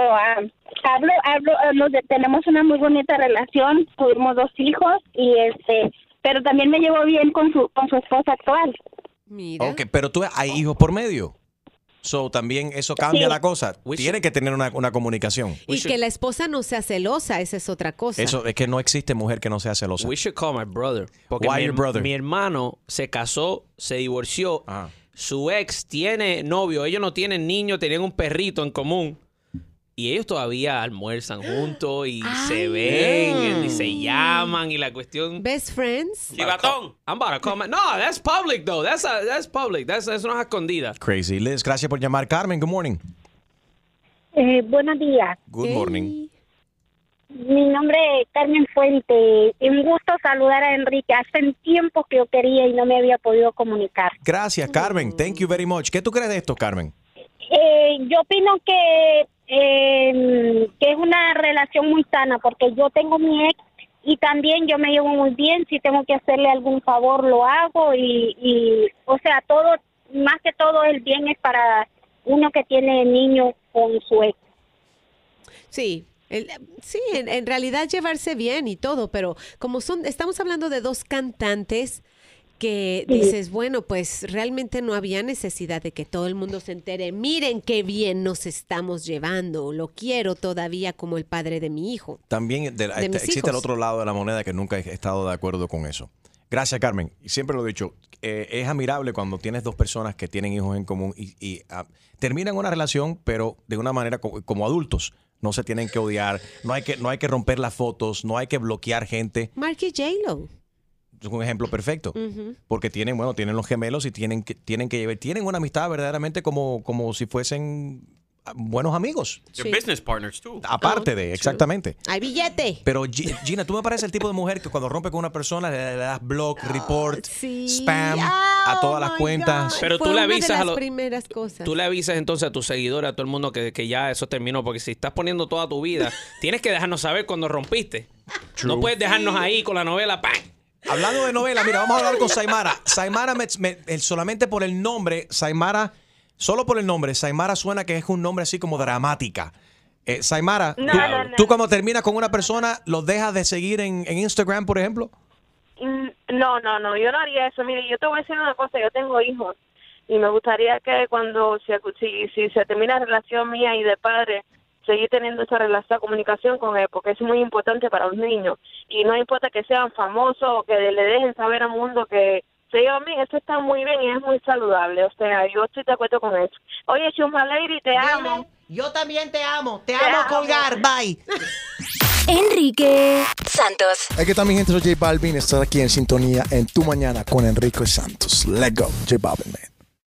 Speaker 15: tenemos una muy bonita relación, tuvimos 2 hijos y pero también me llevo bien con su esposa actual.
Speaker 6: Mira.
Speaker 3: Ok, pero tú hay hijos por medio. So, también eso cambia
Speaker 15: Sí.
Speaker 3: la cosa. Tiene que tener una comunicación.
Speaker 6: Y que la esposa no sea celosa, esa es otra cosa.
Speaker 3: Eso es que no existe mujer que no sea celosa.
Speaker 8: We should call my brother. Porque
Speaker 3: Why your brother?
Speaker 8: mi hermano se casó, se divorció. Su ex tiene novio. Ellos no tienen niños, tenían un perrito en común. Y ellos todavía almuerzan juntos y se ven y se llaman y la cuestión...
Speaker 6: Best friends.
Speaker 18: Chivatón.
Speaker 8: I'm about to call my... No, that's public though. That's public. That's no es escondida.
Speaker 3: Crazy. Liz, gracias por llamar. Carmen, good morning.
Speaker 15: Buenos días.
Speaker 3: Good morning.
Speaker 15: Mi nombre es Carmen Fuente. Un gusto saludar a Enrique. Hace tiempo que yo quería y no me había podido comunicar.
Speaker 3: Gracias, Carmen. Thank you very much. ¿Qué tú crees de esto, Carmen?
Speaker 15: Yo opino que es una relación muy sana porque yo tengo mi ex y también yo me llevo muy bien. Si tengo que hacerle algún favor, lo hago. Y o sea, todo, más que todo, el bien es para uno que tiene niños con su ex.
Speaker 6: Sí. En realidad llevarse bien y todo, pero como estamos hablando de dos cantantes que dices, bueno, pues realmente no había necesidad de que todo el mundo se entere. Miren qué bien nos estamos llevando. Lo quiero todavía como el padre de mi hijo.
Speaker 3: También existe el otro lado de la moneda que nunca he estado de acuerdo con eso. Gracias, Carmen. Y siempre lo he dicho, es admirable cuando tienes dos personas que tienen hijos en común y terminan una relación, pero de una manera como adultos. No se tienen que odiar, no hay que romper las fotos, no hay que bloquear gente.
Speaker 6: Mark y J-Lo.
Speaker 3: Es un ejemplo perfecto. Porque tienen los gemelos y tienen una amistad verdaderamente como si fuesen buenos amigos.
Speaker 18: They're business partners too.
Speaker 3: Aparte de, exactamente.
Speaker 6: Hay billete.
Speaker 3: Pero Gina, tú me pareces el tipo de mujer que cuando rompe con una persona le das block, report, spam a todas las cuentas.
Speaker 8: Pero
Speaker 6: Fue
Speaker 8: tú le
Speaker 6: una de
Speaker 8: avisas
Speaker 6: las primeras cosas.
Speaker 8: Tú le avisas entonces a tus seguidores, a todo el mundo que ya eso terminó, porque si estás poniendo toda tu vida, tienes que dejarnos saber cuando rompiste. No puedes dejarnos ahí con la novela, ¡pam!
Speaker 3: Hablando de novela, mira, vamos a hablar con Saimara. Saimara, solamente por el nombre, solo por el nombre, Saimara suena que es un nombre así como dramática. Saimara, ¿tú cuando terminas con una persona, los dejas de seguir en Instagram, por ejemplo?
Speaker 5: No, yo no haría eso. Mire, yo te voy a decir una cosa, yo tengo hijos y me gustaría que cuando si se termina la relación mía y de padre, seguir teniendo esa relación, comunicación con él, porque es muy importante para los niños. Y no importa que sean famosos o que le dejen saber al mundo que se llevan bien, eso está muy bien y es muy saludable. O sea, yo estoy de acuerdo con eso. Oye, Chuma Lady, te amo.
Speaker 4: Yo también te amo. Te amo colgar. Bye.
Speaker 1: Enrique Santos.
Speaker 10: Aquí está mi gente, soy J Balvin. Estar aquí en sintonía en Tu Mañana con Enrique Santos. Let's go, J Balvin, man.